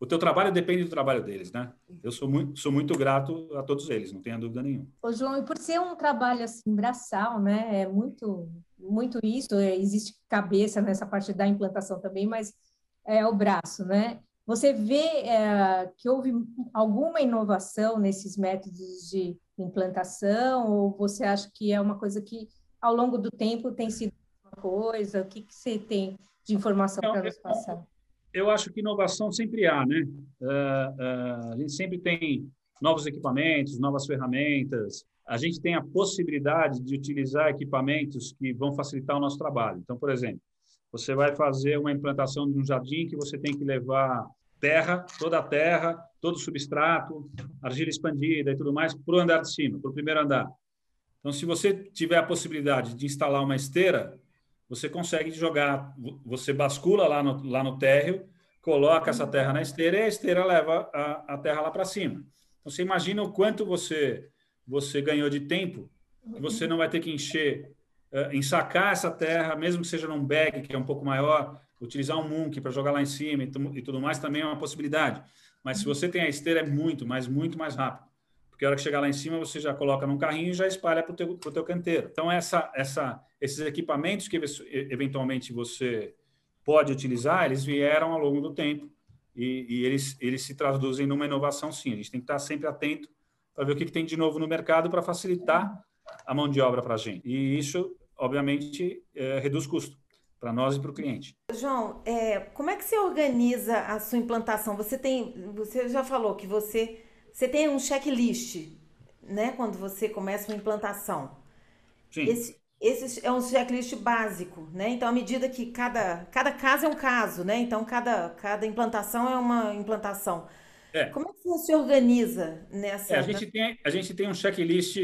o teu trabalho depende do trabalho deles, né? Eu sou muito, sou muito grato a todos eles, não tenha dúvida nenhuma. Ô, João, e por ser um trabalho assim, braçal, né? É muito, muito isso, é, existe cabeça nessa parte da implantação também, mas é o braço, né? Você vê é, que houve alguma inovação nesses métodos de implantação, ou você acha que é uma coisa que, ao longo do tempo, tem sido uma coisa? O que, que você tem de informação para nos passar? Eu acho que inovação sempre há, né? Uh, uh, a gente sempre tem novos equipamentos, novas ferramentas. A gente tem a possibilidade de utilizar equipamentos que vão facilitar o nosso trabalho. Então, por exemplo, você vai fazer uma implantação de um jardim que você tem que levar terra, toda a terra, todo o substrato, argila expandida e tudo mais para o andar de cima, para o primeiro andar. Então, se você tiver a possibilidade de instalar uma esteira, você consegue jogar, você bascula lá no, lá no térreo, coloca essa terra na esteira e a esteira leva a, a terra lá para cima. Então, você imagina o quanto você, você ganhou de tempo, que você não vai ter que encher, uh, ensacar essa terra, mesmo que seja num bag, que é um pouco maior, utilizar um munk para jogar lá em cima e, e tudo mais também é uma possibilidade. Mas se você tem a esteira, é muito, mas muito mais rápido. Porque a hora que chegar lá em cima, você já coloca num carrinho e já espalha para o teu, pro teu canteiro. Então, essa, essa, esses equipamentos que eventualmente você pode utilizar, eles vieram ao longo do tempo e, e eles, eles se traduzem numa inovação, sim. A gente tem que estar sempre atento para ver o que, que tem de novo no mercado para facilitar a mão de obra para a gente. E isso, obviamente, é, reduz custo para nós e para o cliente. João, é, como é que você organiza a sua implantação? Você tem, você já falou que você, você tem um checklist, né? Quando você começa uma implantação. Sim. Esse, esse é um checklist básico, né? Então, à medida que cada, cada caso é um caso, né? Então, cada, cada implantação é uma implantação. É. Como é que você se organiza nessa... É, a, gente tem, a gente tem um checklist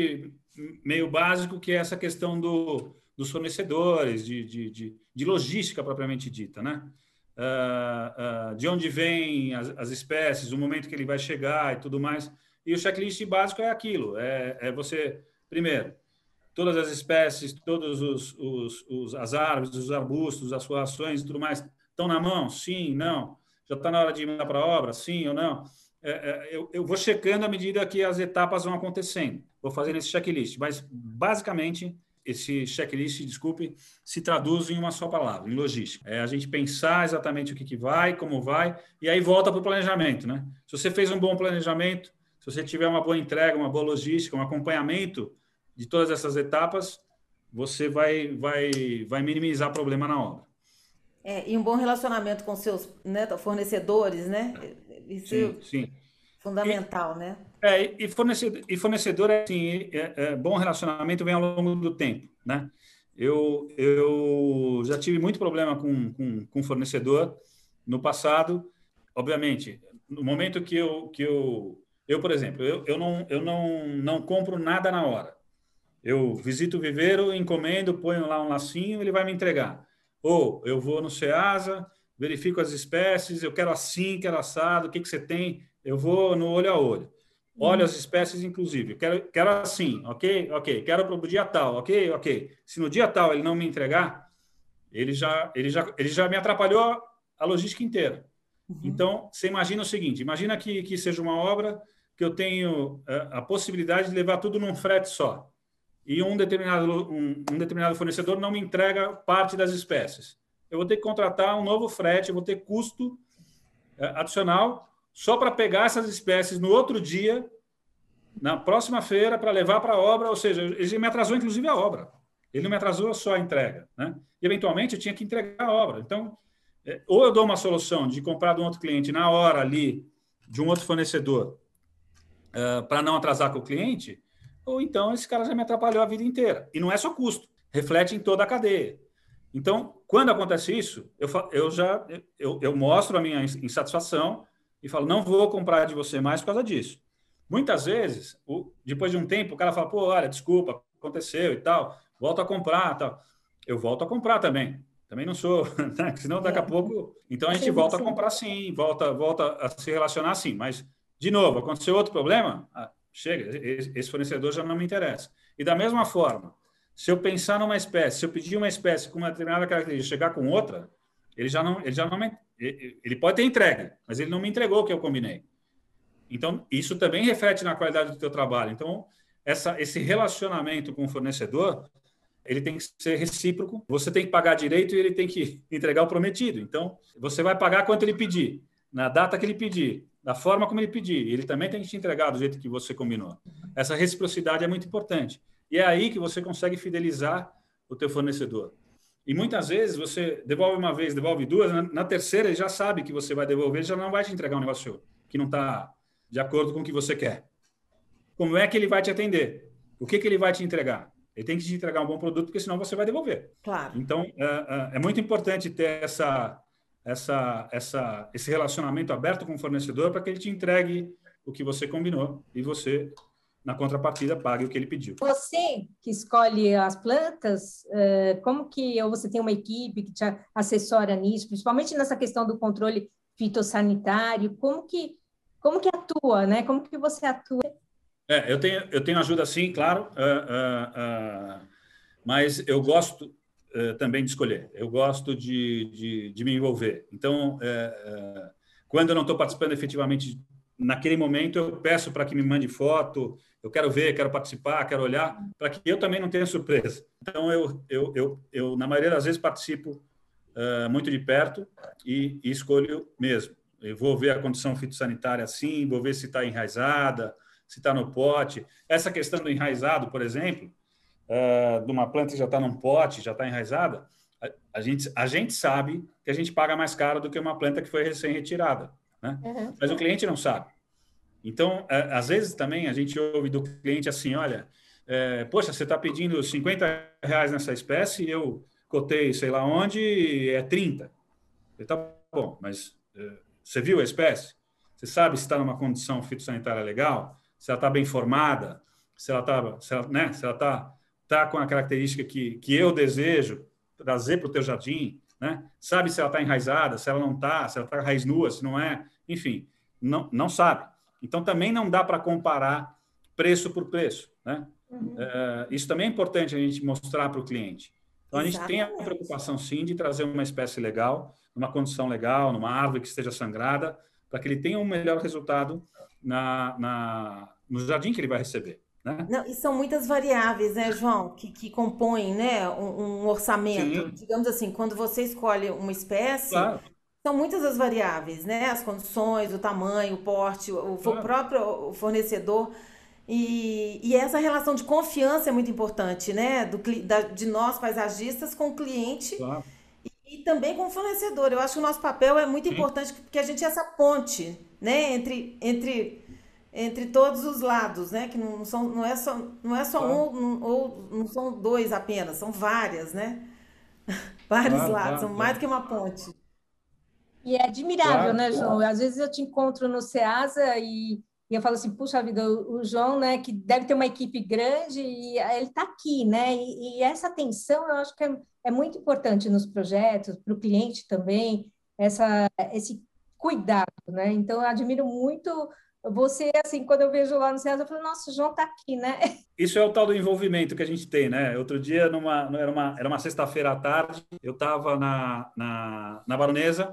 meio básico, que é essa questão do, dos fornecedores, de, de, de, de logística propriamente dita, né? Uh, uh, de onde vêm as, as espécies, o momento que ele vai chegar e tudo mais. E o checklist básico é aquilo, é, é você, primeiro, todas as espécies, todos os, os, os as árvores, os arbustos, as florações e tudo mais, estão na mão? Sim, não. Já está na hora de mandar para a obra? Sim ou não? É, é, eu, eu vou checando à medida que as etapas vão acontecendo. Vou fazendo esse checklist, mas, basicamente, esse checklist, desculpe, se traduz em uma só palavra, em logística. É a gente pensar exatamente o que, que vai, como vai, e aí volta para o planejamento, né? Se você fez um bom planejamento, se você tiver uma boa entrega, uma boa logística, um acompanhamento de todas essas etapas, você vai, vai, vai minimizar problema na obra. É, e um bom relacionamento com seus, né, fornecedores, né? Isso Sim, é sim. fundamental, e, né? É, e fornecedor, e fornecedor é assim, é, é, bom relacionamento vem ao longo do tempo, né? Eu, eu já tive muito problema com, com, com fornecedor no passado. Obviamente, no momento que eu, que eu, eu por exemplo, eu, eu, não, eu não, não compro nada na hora. Eu visito o viveiro, encomendo, ponho lá um lacinho, ele vai me entregar. Ou eu vou no Ceasa, verifico as espécies, eu quero assim, quero assado, o que, que você tem? Eu vou no olho a olho. Olho as espécies, inclusive. Quero, quero assim, ok? Ok. Quero para o dia tal, ok? Ok. Se no dia tal ele não me entregar, ele já, ele já, ele já me atrapalhou a logística inteira. Uhum. Então, você imagina o seguinte, imagina que, que seja uma obra que eu tenho a, a possibilidade de levar tudo num frete só. E um determinado, um, um determinado fornecedor não me entrega parte das espécies. Eu vou ter que contratar um novo frete, eu vou ter custo é, adicional só para pegar essas espécies no outro dia, na próxima feira, para levar para a obra. Ou seja, ele me atrasou, inclusive, a obra. Ele não me atrasou só a entrega, né? E, eventualmente, eu tinha que entregar a obra. Então, é, ou eu dou uma solução de comprar de um outro cliente na hora ali, de um outro fornecedor, é, para não atrasar com o cliente, ou então esse cara já me atrapalhou a vida inteira. E não é só custo, reflete em toda a cadeia. Então, quando acontece isso, eu, eu já eu, eu mostro a minha insatisfação e falo, não vou comprar de você mais por causa disso. Muitas vezes, o, depois de um tempo, o cara fala, pô, olha, desculpa, aconteceu e tal, volto a comprar tal. Eu volto a comprar também. Também não sou, né? Senão daqui a pouco... Então, a gente volta a comprar sim, volta, volta a se relacionar sim. Mas, de novo, aconteceu outro problema, ah, chega, esse fornecedor já não me interessa. E da mesma forma, se eu pensar numa espécie, se eu pedir uma espécie com uma determinada característica, chegar com outra, ele já não, ele já não, me, ele pode ter entregue, mas ele não me entregou o que eu combinei. Então, isso também reflete na qualidade do teu trabalho. Então, essa, esse relacionamento com o fornecedor, ele tem que ser recíproco, você tem que pagar direito e ele tem que entregar o prometido. Então, você vai pagar quanto ele pedir, na data que ele pedir, da forma como ele pedir. Ele também tem que te entregar do jeito que você combinou. Essa reciprocidade é muito importante. E é aí que você consegue fidelizar o teu fornecedor. E muitas vezes você devolve uma vez, devolve duas, na, na terceira ele já sabe que você vai devolver, ele já não vai te entregar um negócio que não está de acordo com o que você quer. Como é que ele vai te atender? O que, que ele vai te entregar? Ele tem que te entregar um bom produto, porque senão você vai devolver. Claro. Então, é, é muito importante ter essa, essa, essa, esse relacionamento aberto com o fornecedor para que ele te entregue o que você combinou e você, na contrapartida, pague o que ele pediu. Você que escolhe as plantas, como que ou você tem uma equipe que te assessora nisso, principalmente nessa questão do controle fitossanitário, como que, como que atua, né? Como que você atua? É, eu tenho, eu tenho ajuda sim, claro, uh, uh, uh, mas eu gosto uh, também de escolher, eu gosto de, de, de me envolver. Então, uh, uh, quando eu não estou participando efetivamente naquele momento, eu peço para que me mande foto, eu quero ver, quero participar, quero olhar, para que eu também não tenha surpresa. Então, eu, eu, eu, eu na maioria das vezes, participo uh, muito de perto e, e escolho mesmo. Eu vou ver a condição fitossanitária assim, vou ver se está enraizada, se está no pote. Essa questão do enraizado, por exemplo, uh, de uma planta que já está num pote, já está enraizada, a, a, gente, a gente sabe que a gente paga mais caro do que uma planta que foi recém-retirada, né? Uhum. Mas o cliente não sabe. Então, uh, às vezes também a gente ouve do cliente assim, olha, uh, poxa, você está pedindo cinquenta reais nessa espécie e eu cotei sei lá onde, é trinta. Está bom, mas uh, você viu a espécie? Você sabe se está numa condição fitossanitária legal? Se ela está bem formada, se ela está, se ela, né, se ela tá, tá com a característica que, que eu desejo trazer para o teu jardim, né? Sabe se ela está enraizada, se ela não está, se ela está raiz nua, se não é, enfim, não, não sabe. Então, também não dá para comparar preço por preço, né? Uhum. É, isso também é importante a gente mostrar para o cliente. Então, a gente Exatamente. Tem a preocupação, sim, de trazer uma espécie legal, numa condição legal, numa árvore que esteja sangrada, para que ele tenha um melhor resultado Na, na, no jardim que ele vai receber. Né? Não, e são muitas variáveis, né, João, que, que compõem, né, um, um orçamento. Sim. Digamos assim, quando você escolhe uma espécie, claro. São muitas as variáveis, né? As condições, o tamanho, o porte, o, claro. o próprio fornecedor. E, e essa relação de confiança é muito importante, né? Do, da, de nós, paisagistas, com o cliente. Claro. E também com o fornecedor. Eu acho que o nosso papel é muito Sim. importante, porque a gente é essa ponte, né, entre, entre, entre todos os lados, né, que não, são, não é só, não é só claro. um, ou não são dois apenas, são várias, né? Vários claro, lados, claro, são claro. mais do que uma ponte. E é admirável, claro, né, João? Claro. Às vezes eu te encontro no Ceasa e, e eu falo assim, puxa vida, o, o João, né, que deve ter uma equipe grande e ele está aqui, né? E, e essa atenção eu acho que é, é muito importante nos projetos, para o cliente também, essa, esse cuidado, né? Então, eu admiro muito você, assim, quando eu vejo lá no Ceasa, eu falo, nossa, o João está aqui, né? Isso é o tal do envolvimento que a gente tem, né? Outro dia, numa, era uma, era uma sexta-feira à tarde, eu estava na, na, na Baronesa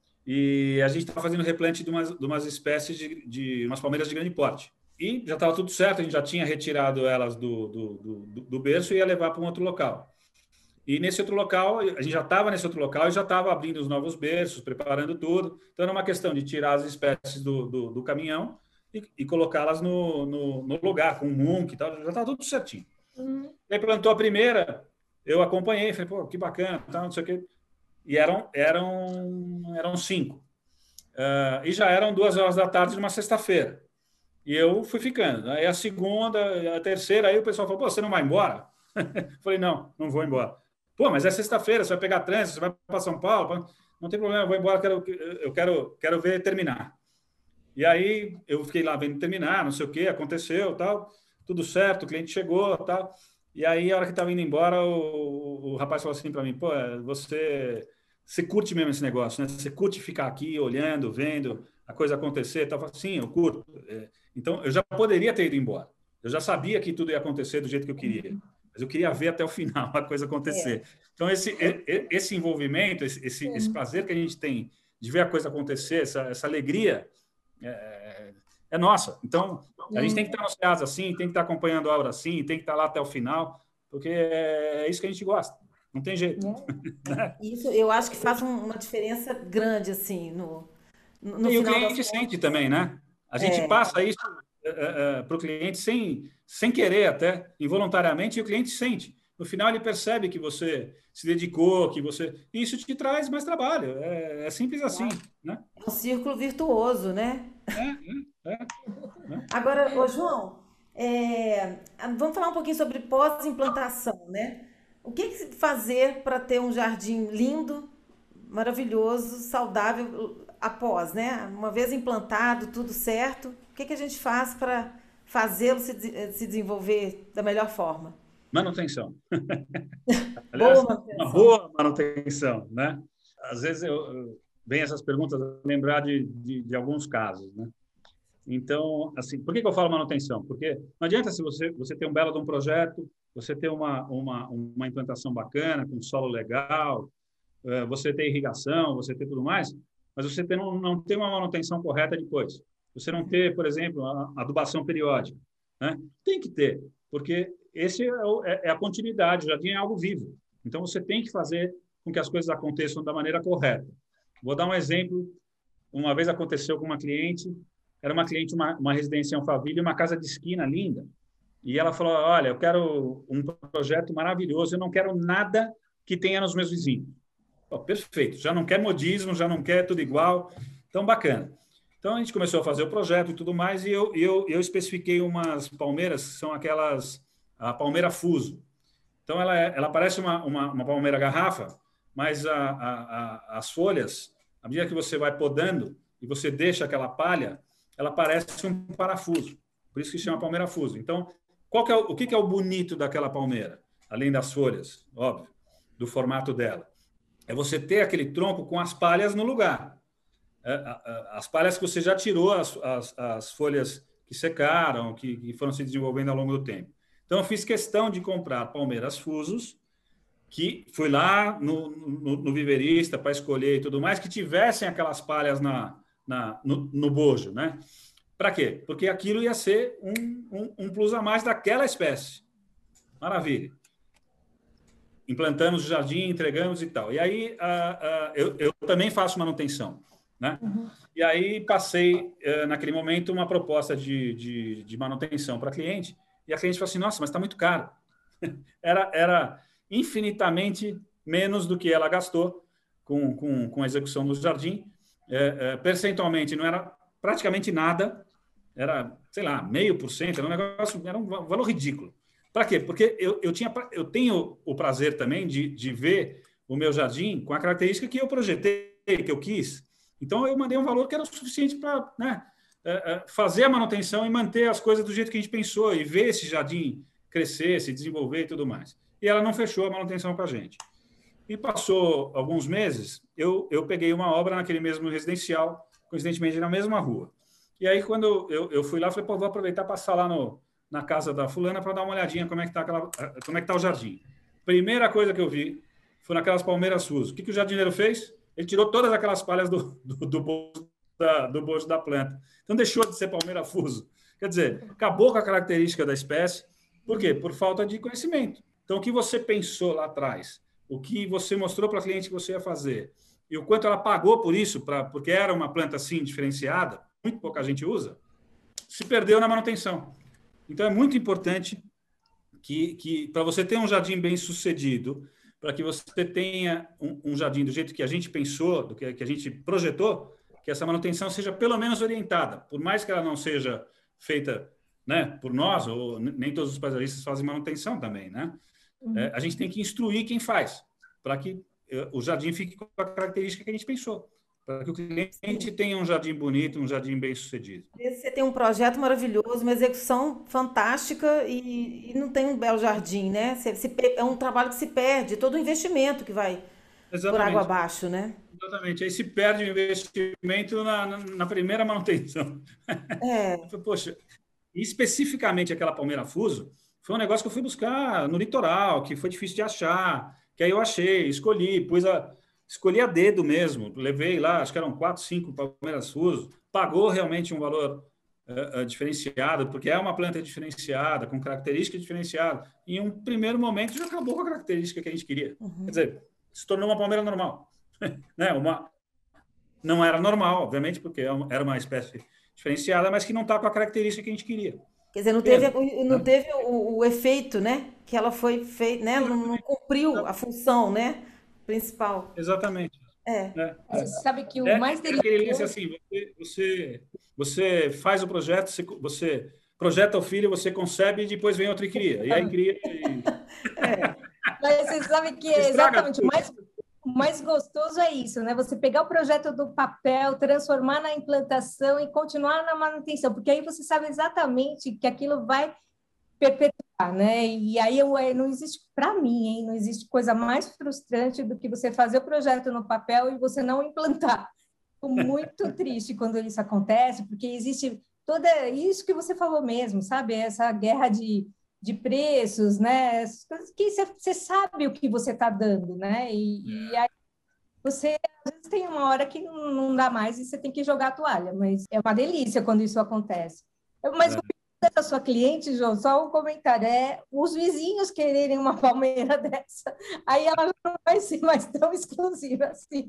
e a gente estava fazendo replante de umas, de umas espécies de, de umas palmeiras de grande porte. E já estava tudo certo, a gente já tinha retirado elas do, do, do, do berço e ia levar para um outro local. E nesse outro local, a gente já estava nesse outro local e já estava abrindo os novos berços, preparando tudo. Então, era uma questão de tirar as espécies do, do, do caminhão e, e colocá-las no, no, no lugar, com um munk e tal. Já estava tudo certinho. Uhum. Aí plantou a primeira, eu acompanhei, falei, pô, que bacana, tal, não sei o quê. E eram, eram, eram cinco. Uh, e já eram duas horas da tarde de uma sexta-feira. E eu fui ficando. Aí a segunda, a terceira, aí o pessoal falou, pô, você não vai embora? Falei, não, não vou embora. Pô, mas é sexta-feira, você vai pegar trânsito, você vai para São Paulo, não tem problema, eu vou embora, eu quero, eu quero, quero ver terminar. E aí eu fiquei lá vendo terminar, não sei o que, aconteceu, tal, tudo certo, o cliente chegou, tal. E aí, a hora que estava indo embora, o, o rapaz falou assim para mim, pô, você, você curte mesmo esse negócio, né? Você curte ficar aqui olhando, vendo a coisa acontecer, tal. Eu falei, sim, eu curto. Então, eu já poderia ter ido embora. Eu já sabia que tudo ia acontecer do jeito que eu queria. Mas eu queria ver até o final a coisa acontecer. É. Então, esse, esse envolvimento, esse, esse prazer que a gente tem de ver a coisa acontecer, essa, essa alegria, é, é nossa. Então, a gente tem que estar nos teatros assim, tem que estar acompanhando a obra assim, tem que estar lá até o final, porque é isso que a gente gosta. Não tem jeito. É. Isso eu acho que faz um- uma diferença grande, assim, no, no no E o final das cliente sente contas. também, né? A gente É, passa isso para o cliente sem, sem querer até, involuntariamente, e o cliente sente. No final, ele percebe que você se dedicou, que você... E isso te traz mais trabalho. É, é simples assim, claro. né? É um círculo virtuoso, né? É, é, é, né? Agora, ô João, é, vamos falar um pouquinho sobre pós-implantação, né? O que que fazer para ter um jardim lindo, maravilhoso, saudável após, né? Uma vez implantado, tudo certo, o que que a gente faz para fazê-lo se, de- se desenvolver da melhor forma? Manutenção. Boa Aliás, uma manutenção. boa manutenção, né? Às vezes eu, eu vem essas perguntas a lembrar de, de, de alguns casos, né? Então, assim, por que que eu falo manutenção? Porque não adianta se você você ter um belo de um projeto, você ter uma uma, uma implantação bacana, com solo legal, eh, você ter irrigação, você ter tudo mais, mas você ter, não, não ter uma manutenção correta depois. Você não ter, por exemplo, a adubação periódica, né? Tem que ter, porque esse é, o, é, é a continuidade, o jardim é algo vivo. Então, você tem que fazer com que as coisas aconteçam da maneira correta. Vou dar um exemplo. Uma vez aconteceu com uma cliente, era uma cliente, uma, uma residência em Alphaville, uma casa de esquina linda, e ela falou, olha, eu quero um projeto maravilhoso, eu não quero nada que tenha nos meus vizinhos. Pô, perfeito, já não quer modismo, já não quer tudo igual, então bacana. Então a gente começou a fazer o projeto e tudo mais, e eu, eu, eu especifiquei umas palmeiras, que são aquelas, a palmeira fuso. Então ela, é, ela parece uma, uma, uma palmeira garrafa, mas a, a, a, as folhas, à medida que você vai podando e você deixa aquela palha, ela parece um parafuso. Por isso que chama palmeira fuso. Então, qual que é o, o que, que é o bonito daquela palmeira? Além das folhas, óbvio, do formato dela. É você ter aquele tronco com as palhas no lugar. É, as palhas que você já tirou, as, as, as folhas que secaram, que, que foram se desenvolvendo ao longo do tempo. Então, eu fiz questão de comprar palmeiras fusos, que fui lá no, no, no viveirista para escolher e tudo mais, que tivessem aquelas palhas na, na, no, no bojo, né? Para quê? Porque aquilo ia ser um, um, um plus a mais daquela espécie. Maravilha. Implantamos o jardim, entregamos e tal. E aí uh, uh, eu, eu também faço manutenção, né? Uhum. E aí passei, uh, naquele momento, uma proposta de, de, de manutenção para a cliente, e a cliente falou assim, nossa, mas está muito caro. era, era infinitamente menos do que ela gastou com, com, com a execução do jardim. É, é, percentualmente não era praticamente nada, era, sei lá, meio por cento, era um negócio, era um valor ridículo. Para quê? Porque eu, eu, tinha, eu tenho o prazer também de, de ver o meu jardim com a característica que eu projetei, que eu quis. Então, eu mandei um valor que era o suficiente para, né, fazer a manutenção e manter as coisas do jeito que a gente pensou e ver esse jardim crescer, se desenvolver e tudo mais. E ela não fechou a manutenção com a gente. E passou alguns meses, eu, eu peguei uma obra naquele mesmo residencial, coincidentemente na mesma rua. E aí, quando eu, eu fui lá, falei, pô, vou aproveitar e passar lá no, na casa da fulana para dar uma olhadinha como é que está como é que tá o jardim. Primeira coisa que eu vi foi naquelas palmeiras fuso. O que, que o jardineiro fez? Ele tirou todas aquelas palhas do, do, do, bojo, da, do bojo da planta. Então, deixou de ser palmeira fuso. Quer dizer, acabou com a característica da espécie. Por quê? Por falta de conhecimento. Então, o que você pensou lá atrás, o que você mostrou para a cliente que você ia fazer, e o quanto ela pagou por isso, pra, porque era uma planta assim diferenciada, muito pouca gente usa, se perdeu na manutenção. Então, é muito importante que, que para você ter um jardim bem sucedido, para que você tenha um, um jardim do jeito que a gente pensou, do que, que a gente projetou, que essa manutenção seja pelo menos orientada, por mais que ela não seja feita, né, por nós, ou nem todos os paisagistas fazem manutenção também, né? Uhum. É, a gente tem que instruir quem faz, para que é, o jardim fique com a característica que a gente pensou, para que o cliente tenha um jardim bonito, um jardim bem sucedido. Você tem um projeto maravilhoso, uma execução fantástica e, e não tem um belo jardim, né? Você, se, é um trabalho que se perde, todo o investimento que vai Exatamente. Por água abaixo, né? Exatamente. Aí se perde o investimento na, na, na primeira manutenção. É. Poxa, especificamente aquela palmeira fuso, foi um negócio que eu fui buscar no litoral, que foi difícil de achar, que aí eu achei, escolhi, pus a, escolhi a dedo mesmo, levei lá, acho que eram quatro, cinco palmeiras fuso, pagou realmente um valor uh, uh, diferenciado, porque é uma planta diferenciada, com característica diferenciada. Em um primeiro momento já acabou com a característica que a gente queria. Uhum. Quer dizer, se tornou uma palmeira normal. Né? Uma... Não era normal, obviamente, porque era uma espécie diferenciada, mas que não está com a característica que a gente queria. Quer dizer, não teve, não teve o, o efeito, né? Que ela foi feita, né? Não, não cumpriu a função, né? Principal. Exatamente. É. É, é. Você sabe que o é, mais delicado... É aquele lance assim, você, você, você faz o projeto, você, você projeta o filho, você concebe e depois vem outro e cria. E aí cria e... É. Mas você sabe que é exatamente o mais... O mais gostoso é isso, né? Você pegar o projeto do papel, transformar na implantação e continuar na manutenção, porque aí você sabe exatamente que aquilo vai perpetuar, né? E aí eu, não existe, para mim, hein, não existe coisa mais frustrante do que você fazer o projeto no papel e você não implantar. Fico muito triste quando isso acontece, porque existe toda isso que você falou mesmo, sabe? Essa guerra de de preços, né? Essas coisas que você sabe o que você está dando, né? E, e aí você às vezes tem uma hora que não, não dá mais e você tem que jogar a toalha, mas é uma delícia quando isso acontece. Mas é. Da sua cliente, João, só um comentário, é os vizinhos quererem uma palmeira dessa, aí ela não vai ser mais tão exclusiva assim.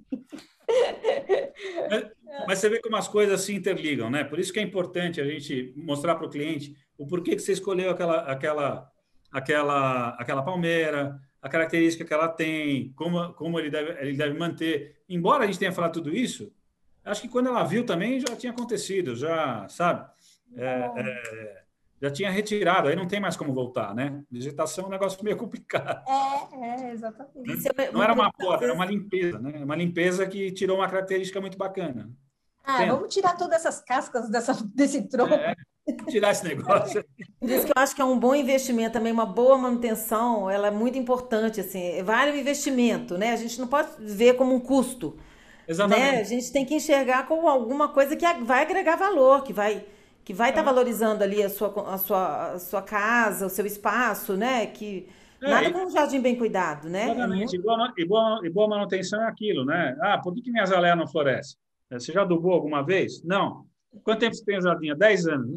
Mas, mas você vê como as coisas se interligam, né? Por isso que é importante a gente mostrar para o cliente o porquê que você escolheu aquela, aquela, aquela, aquela palmeira, a característica que ela tem, como, como ele, deve, ele deve manter. Embora a gente tenha falado tudo isso, acho que quando ela viu também já tinha acontecido, já, sabe? É, é, já tinha retirado, aí não tem mais como voltar, né? Vegetação é um negócio meio complicado. É, é exatamente. Não era uma poda, era uma limpeza, né? Uma limpeza que tirou uma característica muito bacana. Ah, Entendo. Vamos tirar todas essas cascas dessa, desse tronco. É, vamos tirar esse negócio. Por isso que eu acho que é um bom investimento também, uma boa manutenção, ela é muito importante, assim, vale o investimento, né? A gente não pode ver como um custo. Exatamente. Né? A gente tem que enxergar como alguma coisa que vai agregar valor, que vai... que vai estar tá valorizando ali a sua, a, sua, a sua casa, o seu espaço, né? Que é, nada como um jardim bem cuidado, né? Exatamente. É muito... e, boa, e, boa, e boa manutenção é aquilo, né? Ah, por que, que minha azaleia não floresce? Você já adubou alguma vez? Não. Quanto tempo você tem a jardim? Há dez anos.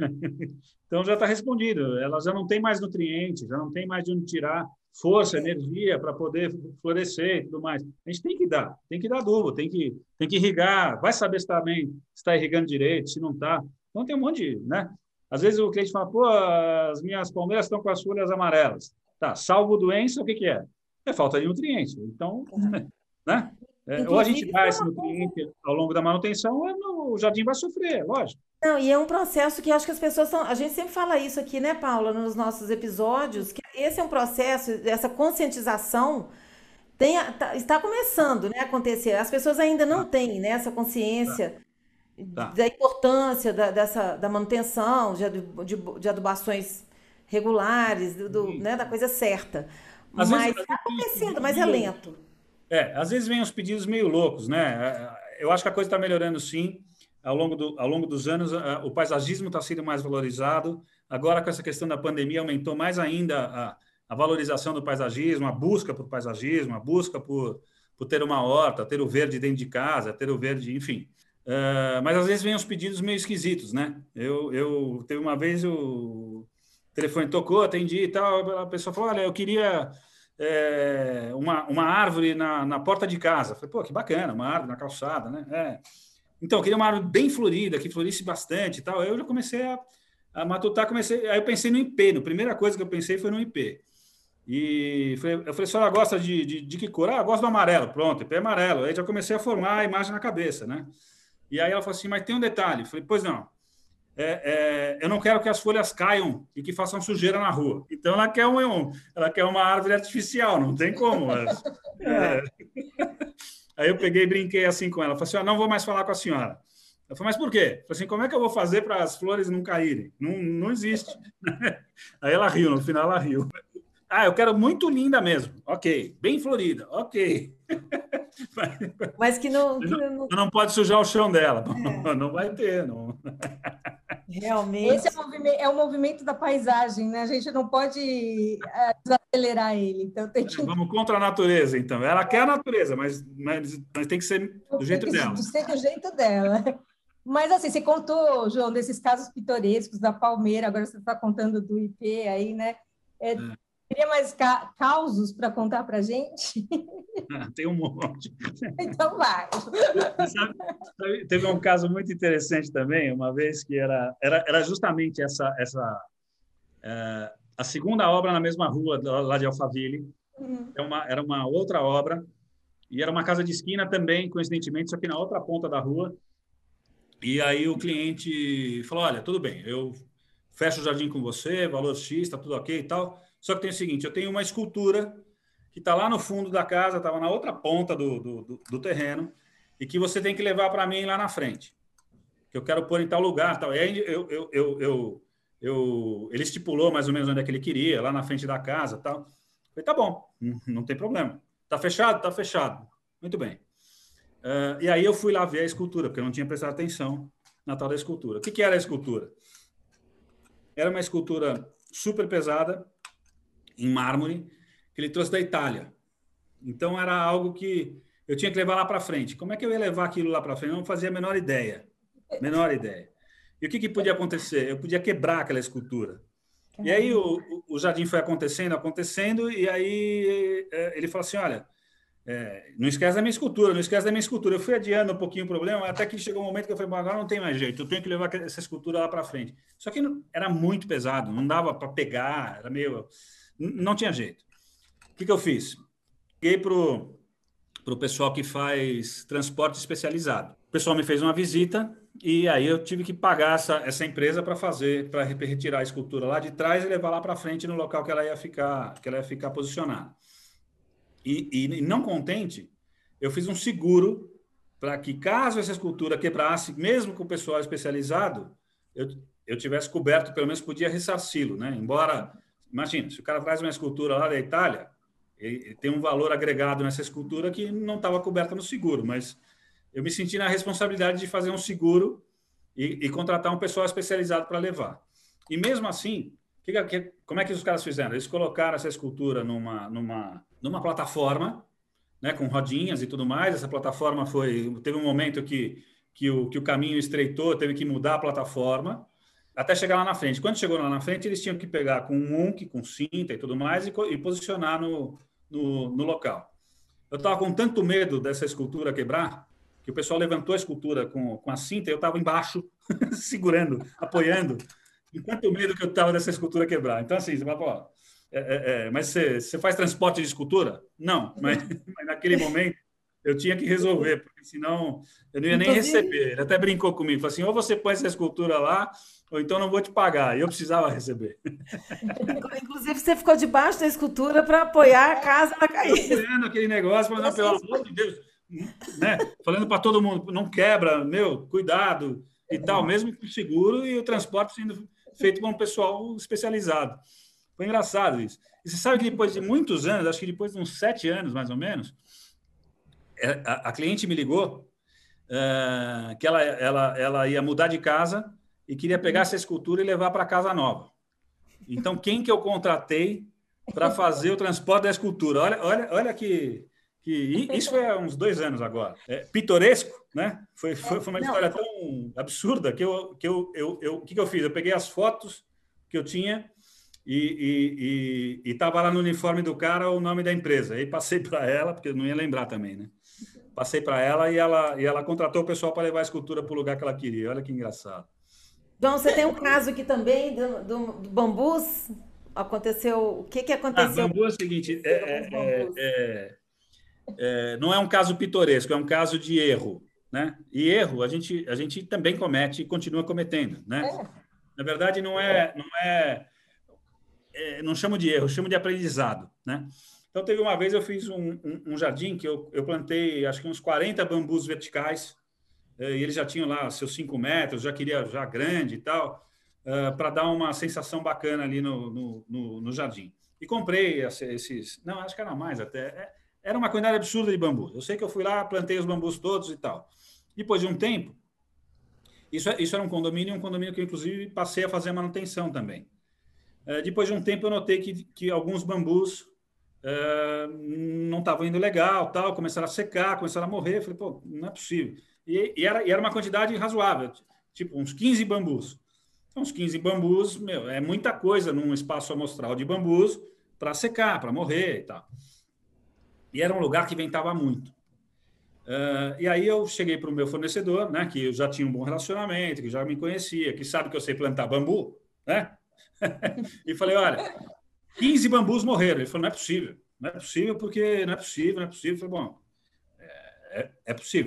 Então já está respondido. Ela já não tem mais nutrientes, já não tem mais de onde tirar força, energia para poder florescer e tudo mais. A gente tem que dar, tem que dar adubo, tem que, tem que irrigar, vai saber se está bem, se está irrigando direito, se não está. Então, tem um monte de... Né? Às vezes o cliente fala, pô, as minhas palmeiras estão com as folhas amarelas. Tá, salvo doença, o que, que é? É falta de nutriente. Então, uhum. né? É, ou a gente dá esse nutriente ao longo da manutenção, ou o jardim vai sofrer, lógico. Não, e é um processo que eu acho que as pessoas estão... A gente sempre fala isso aqui, né, Paula, nos nossos episódios, que esse é um processo, essa conscientização tem, tá, está começando, né, a acontecer. As pessoas ainda não têm, né, essa consciência... Tá. Da importância da, dessa, da manutenção, de, de, de adubações regulares, do, do, né, da coisa certa. Às mas está acontecendo, mas é lento. É, às vezes vem uns pedidos meio loucos, né? Eu acho que a coisa está melhorando, sim. Ao longo, do, ao longo dos anos, o paisagismo está sendo mais valorizado. Agora, com essa questão da pandemia, aumentou mais ainda a, a valorização do paisagismo, a busca por paisagismo, a busca por, por ter uma horta, ter o verde dentro de casa, ter o verde, enfim... Uh, mas às vezes vem uns pedidos meio esquisitos, né? Eu, eu teve uma vez o telefone tocou, atendi e tal, a pessoa falou, olha, eu queria é, uma, uma árvore na, na porta de casa. Eu falei, pô, que bacana, uma árvore na calçada, né? É. Então, eu queria uma árvore bem florida, que florisse bastante e tal. Aí eu já comecei a, a matutar, comecei, aí eu pensei no I P, a primeira coisa que eu pensei foi no I P. E falei, eu falei, a senhora gosta de, de, de que cor? Ah, eu gosto do amarelo, pronto, I P é amarelo. Aí já comecei a formar a imagem na cabeça, né? E aí ela falou assim, mas tem um detalhe. Eu falei, pois não, é, é, eu não quero que as folhas caiam e que façam sujeira na rua. Então, ela quer, um, ela quer uma árvore artificial, não tem como. É. Aí eu peguei e brinquei assim com ela. Falei assim, ah, não vou mais falar com a senhora. Eu falei, mas por quê? Eu falei assim, como é que eu vou fazer para as flores não caírem? Não, não existe. Aí ela riu, no final ela riu. Ah, eu quero muito linda mesmo. Ok. Bem florida. Ok. Mas que não, que não... não... não pode sujar o chão dela. É. Não vai ter. Não. Realmente. Esse é o movimento movimento, é o movimento da paisagem, né? A gente não pode é, desacelerar ele. Então tem que... Vamos contra a natureza, então. Ela quer a natureza, mas, mas, mas tem que ser do jeito tem que dela. ser do jeito dela. Mas, assim, você contou, João, desses casos pitorescos da palmeira, agora você está contando do ipê aí, né? É, é. Teria mais ca causos para contar para a gente? Tem um monte. Então vai. Sabe, teve um caso muito interessante também, uma vez que era, era, era justamente essa, essa é, a segunda obra na mesma rua, lá de Alphaville. Uhum. É uma, era uma outra obra, e era uma casa de esquina também, coincidentemente, só que na outra ponta da rua. E aí o cliente falou, olha, tudo bem, eu fecho o jardim com você, valor X, está tudo ok e tal. Só que tem o seguinte, eu tenho uma escultura que está lá no fundo da casa, estava na outra ponta do, do, do terreno, e que você tem que levar para mim lá na frente, que eu quero pôr em tal lugar. Tal. E aí eu, eu, eu, eu, eu, ele estipulou mais ou menos onde é que ele queria, lá na frente da casa. Tal. Eu falei, tá bom, não tem problema. Está fechado? Está fechado. Muito bem. Uh, e aí eu fui lá ver a escultura, porque eu não tinha prestado atenção na tal da escultura. O que, que era a escultura? Era uma escultura super pesada, em mármore, que ele trouxe da Itália. Então, era algo que eu tinha que levar lá para frente. Como é que eu ia levar aquilo lá para frente? Eu não fazia a menor ideia. Menor ideia. E o que, que podia acontecer? Eu podia quebrar aquela escultura. Caramba. E aí o, o jardim foi acontecendo, acontecendo, e aí ele falou assim, olha, é, não esquece da minha escultura, não esquece da minha escultura. Eu fui adiando um pouquinho o problema, até que chegou um momento que eu falei, agora não tem mais jeito, eu tenho que levar essa escultura lá para frente. Só que não, era muito pesado, não dava para pegar, era meio... Não tinha jeito. O que, que eu fiz? Liguei para o pessoal que faz transporte especializado. O pessoal me fez uma visita e aí eu tive que pagar essa, essa empresa para fazer, para retirar a escultura lá de trás e levar lá para frente no local que ela ia ficar, que ela ia ficar posicionada. E, e não contente, eu fiz um seguro para que, caso essa escultura quebrasse, mesmo com o pessoal especializado, eu, eu tivesse coberto, pelo menos podia ressarci-lo, né? Embora, imagina, se o cara traz uma escultura lá da Itália, ele, ele tem um valor agregado nessa escultura que não estava coberta no seguro, mas eu me senti na responsabilidade de fazer um seguro e, e contratar um pessoal especializado para levar. E mesmo assim, que, que, como é que os caras fizeram? Eles colocaram essa escultura numa, numa, numa plataforma, né, com rodinhas e tudo mais. Essa plataforma foi... Teve um momento que, que, o, que o caminho estreitou, teve que mudar a plataforma até chegar lá na frente. Quando chegou lá na frente, eles tinham que pegar com um munk, com cinta e tudo mais, e, e posicionar no, no, no local. Eu estava com tanto medo dessa escultura quebrar, que o pessoal levantou a escultura com, com a cinta e eu estava embaixo, segurando, apoiando, enquanto o medo que eu estava dessa escultura quebrar. Então, assim, você fala, pô, é, é, é, mas você, você faz transporte de escultura? Não, mas, mas naquele momento eu tinha que resolver, porque senão eu não ia nem receber. Ele até brincou comigo, falou assim, ou você põe essa escultura lá, ou então não vou te pagar. E eu precisava receber. Inclusive, você ficou debaixo da escultura para apoiar a casa na caída. Apoiando aquele negócio, falando, pelo amor de Deus, né? Falando para todo mundo, não quebra, meu, cuidado e tal, mesmo com o seguro e o transporte sendo feito por um pessoal especializado. Foi engraçado isso. E você sabe que depois de muitos anos, acho que depois de uns sete anos, mais ou menos, a, a cliente me ligou uh, que ela, ela, ela ia mudar de casa e queria pegar essa escultura e levar para casa nova. Então, quem que eu contratei para fazer o transporte da escultura? Olha, olha, olha que... que isso foi há uns dois anos agora. É, pitoresco, né? Foi, foi, foi uma história tão absurda que eu, que eu, eu, eu, o que, que eu fiz? Eu peguei as fotos que eu tinha e estava lá no uniforme do cara o nome da empresa. Aí passei para ela, porque eu não ia lembrar também, né? Passei para ela e ela, e ela contratou o pessoal para levar a escultura para o lugar que ela queria. Olha que engraçado. João, você tem um caso aqui também do, do, do bambus? Aconteceu... O que, que aconteceu? Ah, bambu é o seguinte... É, é, é, é, não é um caso pitoresco, é um caso de erro, né? E erro a gente, a gente também comete e continua cometendo, né? É. Na verdade, não é... Não é É, não chamo de erro, chamo de aprendizado, né? Então, teve uma vez eu fiz um, um, um jardim que eu, eu plantei, acho que uns quarenta bambus verticais, e eles já tinham lá seus cinco metros, já queria já grande e tal, uh, para dar uma sensação bacana ali no, no, no, no jardim. E comprei esses... Não, acho que era mais até. Era uma quantidade absurda de bambu. Eu sei que eu fui lá, plantei os bambus todos e tal. Depois de um tempo, Isso, isso era um condomínio, um condomínio que eu, inclusive, passei a fazer a manutenção também. É, depois de um tempo, eu notei que, que alguns bambus é, não estavam indo legal, tal, começaram a secar, começaram a morrer. Eu falei, pô, não é possível. E, e, era, e era uma quantidade razoável, tipo uns quinze bambus. Então, uns quinze bambus, meu, é muita coisa num espaço amostral de bambus para secar, para morrer e tal. E era um lugar que ventava muito. Uh, e aí eu cheguei para o meu fornecedor, né, que eu já tinha um bom relacionamento, que já me conhecia, que sabe que eu sei plantar bambu, né? E falei, olha, quinze bambus morreram. Ele falou, não é possível. Não é possível porque não é possível, não é possível. Eu falei, bom, é, é possível.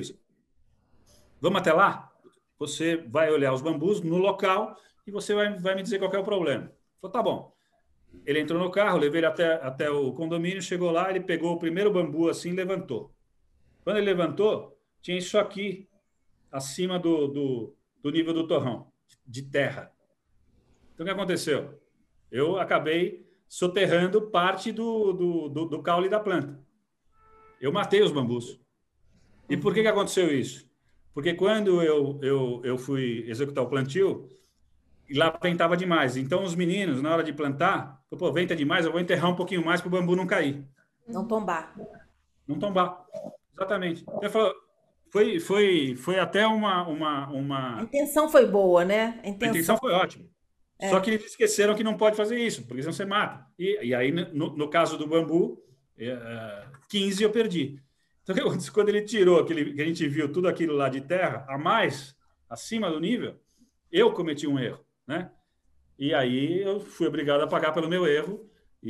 Vamos até lá? Você vai olhar os bambus no local e você vai, vai me dizer qual é o problema. Ele falou, tá bom. Ele entrou no carro, levei ele até, até o condomínio, chegou lá, ele pegou o primeiro bambu assim e levantou. Quando ele levantou, tinha isso aqui, acima do, do, do nível do torrão, de terra. Então, o que aconteceu? Eu acabei soterrando parte do, do, do, do caule da planta. Eu matei os bambus. E por que, que aconteceu isso? Porque quando eu, eu, eu fui executar o plantio, lá ventava demais. Então, os meninos, na hora de plantar, pô, venta demais, eu vou enterrar um pouquinho mais para o bambu não cair. Não tombar. Não tombar. Exatamente. Então, falou, foi, foi, foi até uma, uma, uma... A intenção foi boa, né? A intenção, a intenção foi ótima. É. Só que eles esqueceram que não pode fazer isso, porque senão você mata. E, e aí, no, no caso do bambu, é, quinze eu perdi. Então, quando ele tirou aquele, que a gente viu tudo aquilo lá de terra, a mais, acima do nível, eu cometi um erro, né? E aí eu fui obrigado a pagar pelo meu erro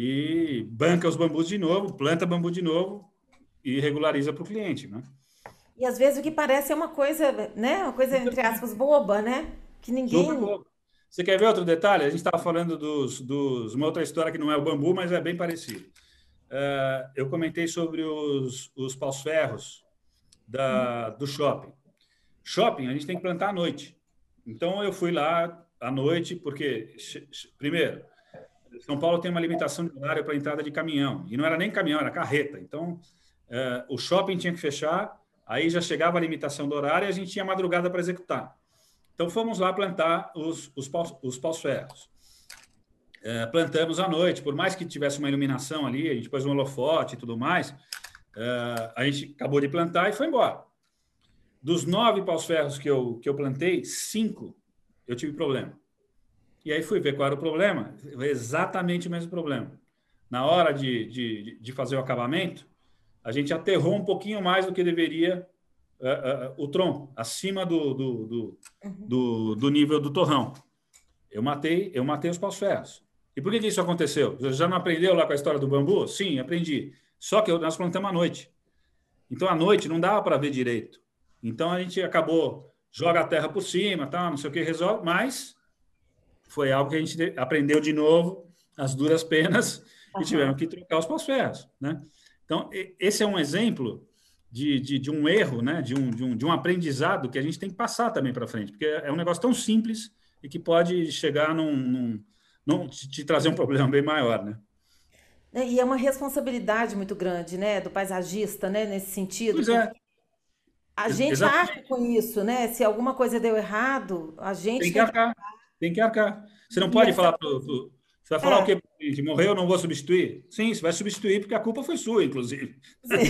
e banca os bambus de novo, planta bambu de novo e regulariza para o cliente, né? E às vezes o que parece é uma coisa, né? Uma coisa, entre aspas, boba, né? Que ninguém... Super boba. Você quer ver outro detalhe? A gente estava falando dos, dos... Uma outra história que não é o bambu, mas é bem parecido. Uh, eu comentei sobre os, os paus-ferros da, do shopping. Shopping, a gente tem que plantar à noite. Então, eu fui lá à noite, porque, primeiro, São Paulo tem uma limitação de horário para entrada de caminhão. E não era nem caminhão, era carreta. Então, uh, o shopping tinha que fechar, aí já chegava a limitação do horário e a gente tinha madrugada para executar. Então, fomos lá plantar os, os, paus, os paus-ferros. É, plantamos à noite, por mais que tivesse uma iluminação ali, a gente pôs um holofote e tudo mais, é, a gente acabou de plantar e foi embora. Dos nove paus-ferros que eu, que eu plantei, cinco eu tive problema. E aí fui ver qual era o problema, exatamente o mesmo problema. Na hora de, de, de fazer o acabamento, a gente aterrou um pouquinho mais do que deveria uh, uh, o tronco, acima do, do, do, do, do nível do torrão. Eu matei, eu matei os paus-ferros. E por que, que isso aconteceu? Você já não aprendeu lá com a história do bambu? Sim, aprendi. Só que nós plantamos à noite. Então, à noite não dava para ver direito. Então, a gente acabou, joga a terra por cima, tá, não sei o que, resolve, mas foi algo que a gente aprendeu de novo, as duras penas, uhum. E tivemos que trocar os paus-ferros, né? Então, esse é um exemplo de, de, de um erro, né? de, um, de, um, de um aprendizado que a gente tem que passar também para frente, porque é um negócio tão simples e que pode chegar num... num não te, te trazer um problema bem maior, né? E é uma responsabilidade muito grande, né, do paisagista, né, nesse sentido. Pois é. A gente Exatamente. Acha com isso, né? Se alguma coisa deu errado, a gente tem que arcar. Tem que arcar. Você não pode falar pro, pro, você vai falar é. o quê? Se morreu, eu não vou substituir? Sim, você vai substituir porque a culpa foi sua, inclusive. Sim.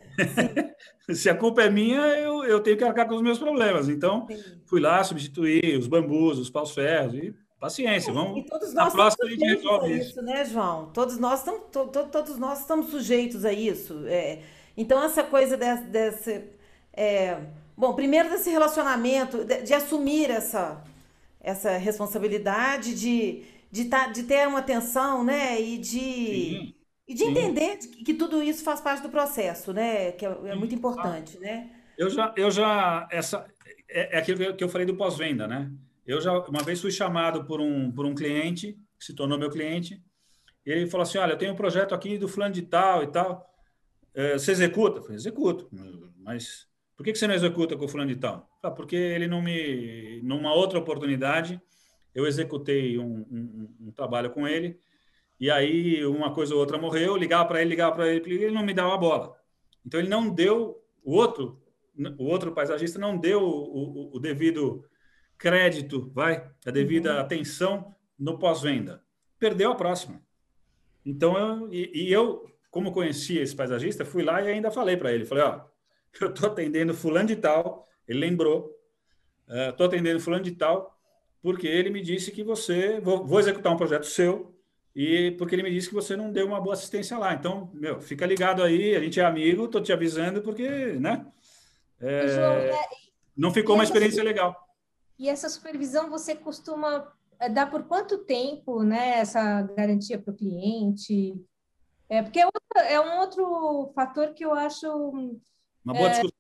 Sim. Se a culpa é minha, eu, eu tenho que arcar com os meus problemas. Então, Sim. fui lá substituir os bambus, os paus-ferros e paciência, vamos. E todos nós estamos sujeitos a isso, isso, né, João? Todos nós estamos, to, to, todos nós estamos sujeitos a isso. É. Então, essa coisa desse. desse é, bom, primeiro desse relacionamento, de, de assumir essa, essa responsabilidade, de, de, tá, de ter uma atenção, né? E de, sim, e de entender que, que tudo isso faz parte do processo, né? Que é, é muito importante, né? Eu já, eu já essa, é, é aquilo que eu falei do pós-venda, né? Eu já uma vez fui chamado por um, por um cliente, que se tornou meu cliente, e ele falou assim, olha, eu tenho um projeto aqui do fulano de tal e tal, é, você executa? Eu falei, executo, mas por que você não executa com o fulano de tal? Ah, porque ele não me... Numa outra oportunidade, eu executei um, um, um trabalho com ele, e aí uma coisa ou outra morreu, ligava para ele, ligava para ele, ele não me dava a bola. Então, ele não deu, o outro, o outro paisagista não deu o, o, o devido... crédito, vai, a devida Uhum. atenção no pós-venda. Perdeu a próxima. Então, eu, e, e eu, como conhecia esse paisagista, fui lá e ainda falei para ele, falei, ó, eu estou atendendo fulano de tal, ele lembrou, estou uh, atendendo fulano de tal, porque ele me disse que você, vou, vou executar um projeto seu, e porque ele me disse que você não deu uma boa assistência lá. Então, meu, fica ligado aí, a gente é amigo, estou te avisando, porque, né? E, João, e, É, a, não ficou e uma essa, experiência legal. E essa supervisão você costuma dar por quanto tempo, né? Essa garantia para o cliente? É, porque é, outra, é um outro fator que eu acho... Uma boa discussão.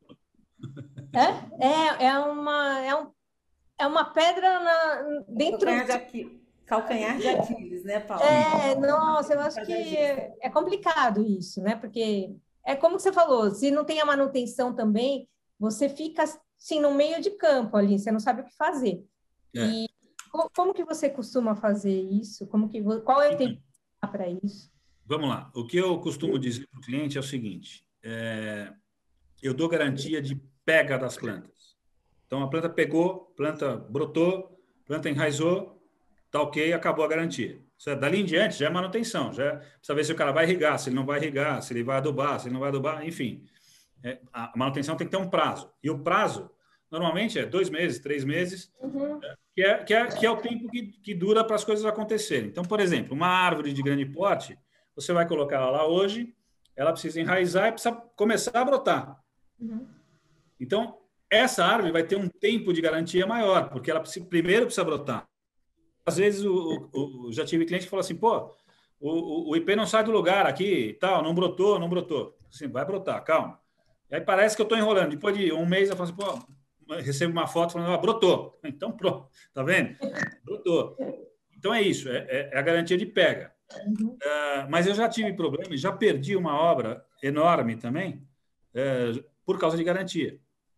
É, é, é, uma, é, um, é uma pedra na, dentro... Calcanhar de Aquiles, calcanhar de Aquiles, né, Paulo? É, nossa, eu acho que é complicado isso, né? Porque é como você falou, se não tem a manutenção também, você fica assim no meio de campo ali, você não sabe o que fazer. É. E como que você costuma fazer isso? Como que, qual é o tempo para isso? Vamos lá. O que eu costumo dizer para o cliente é o seguinte: é, eu dou garantia de pega das plantas. Então, a planta pegou, planta brotou, planta enraizou, tá ok, acabou a garantia. Dali em diante já é manutenção, já é, precisa ver se o cara vai irrigar, se ele não vai irrigar, se ele vai adubar, se ele não vai adubar, enfim. É, a manutenção tem que ter um prazo. E o prazo, normalmente, é dois meses, três meses, uhum. é, que, é, que, é, que é o tempo que, que dura para as coisas acontecerem. Então, por exemplo, uma árvore de grande porte, você vai colocar ela lá hoje, ela precisa enraizar e precisa começar a brotar. Uhum. Então, essa árvore vai ter um tempo de garantia maior, porque ela precisa, primeiro precisa brotar. Às vezes, o, o, já tive cliente que falou assim, pô, o, o I P não sai do lugar aqui e tal, não brotou, não brotou. Assim, vai brotar, calma. E aí parece que eu estou enrolando. Depois de um mês, eu falo assim, pô, recebo uma foto falando, ah, brotou. Então, pronto, tá vendo? Brotou. Então, é isso, é, é a garantia de pega. Uhum. Uh, mas eu já tive problema, já perdi uma obra enorme também, uh, por causa de garantia.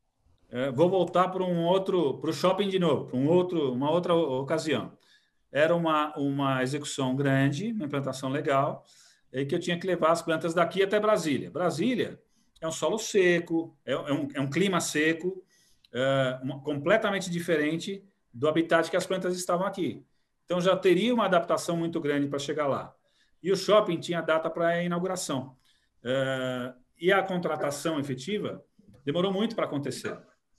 Uh, vou voltar para um outro, para o shopping de novo, para um outro, uma outra ocasião. Era uma, uma execução grande, uma implantação legal, e que eu tinha que levar as plantas daqui até Brasília. Brasília é um solo seco, é, é, um, é um clima seco, é, uma, completamente diferente do habitat que as plantas estavam aqui. Então, já teria uma adaptação muito grande para chegar lá. E o shopping tinha data para a inauguração. É, e a contratação efetiva demorou muito para acontecer.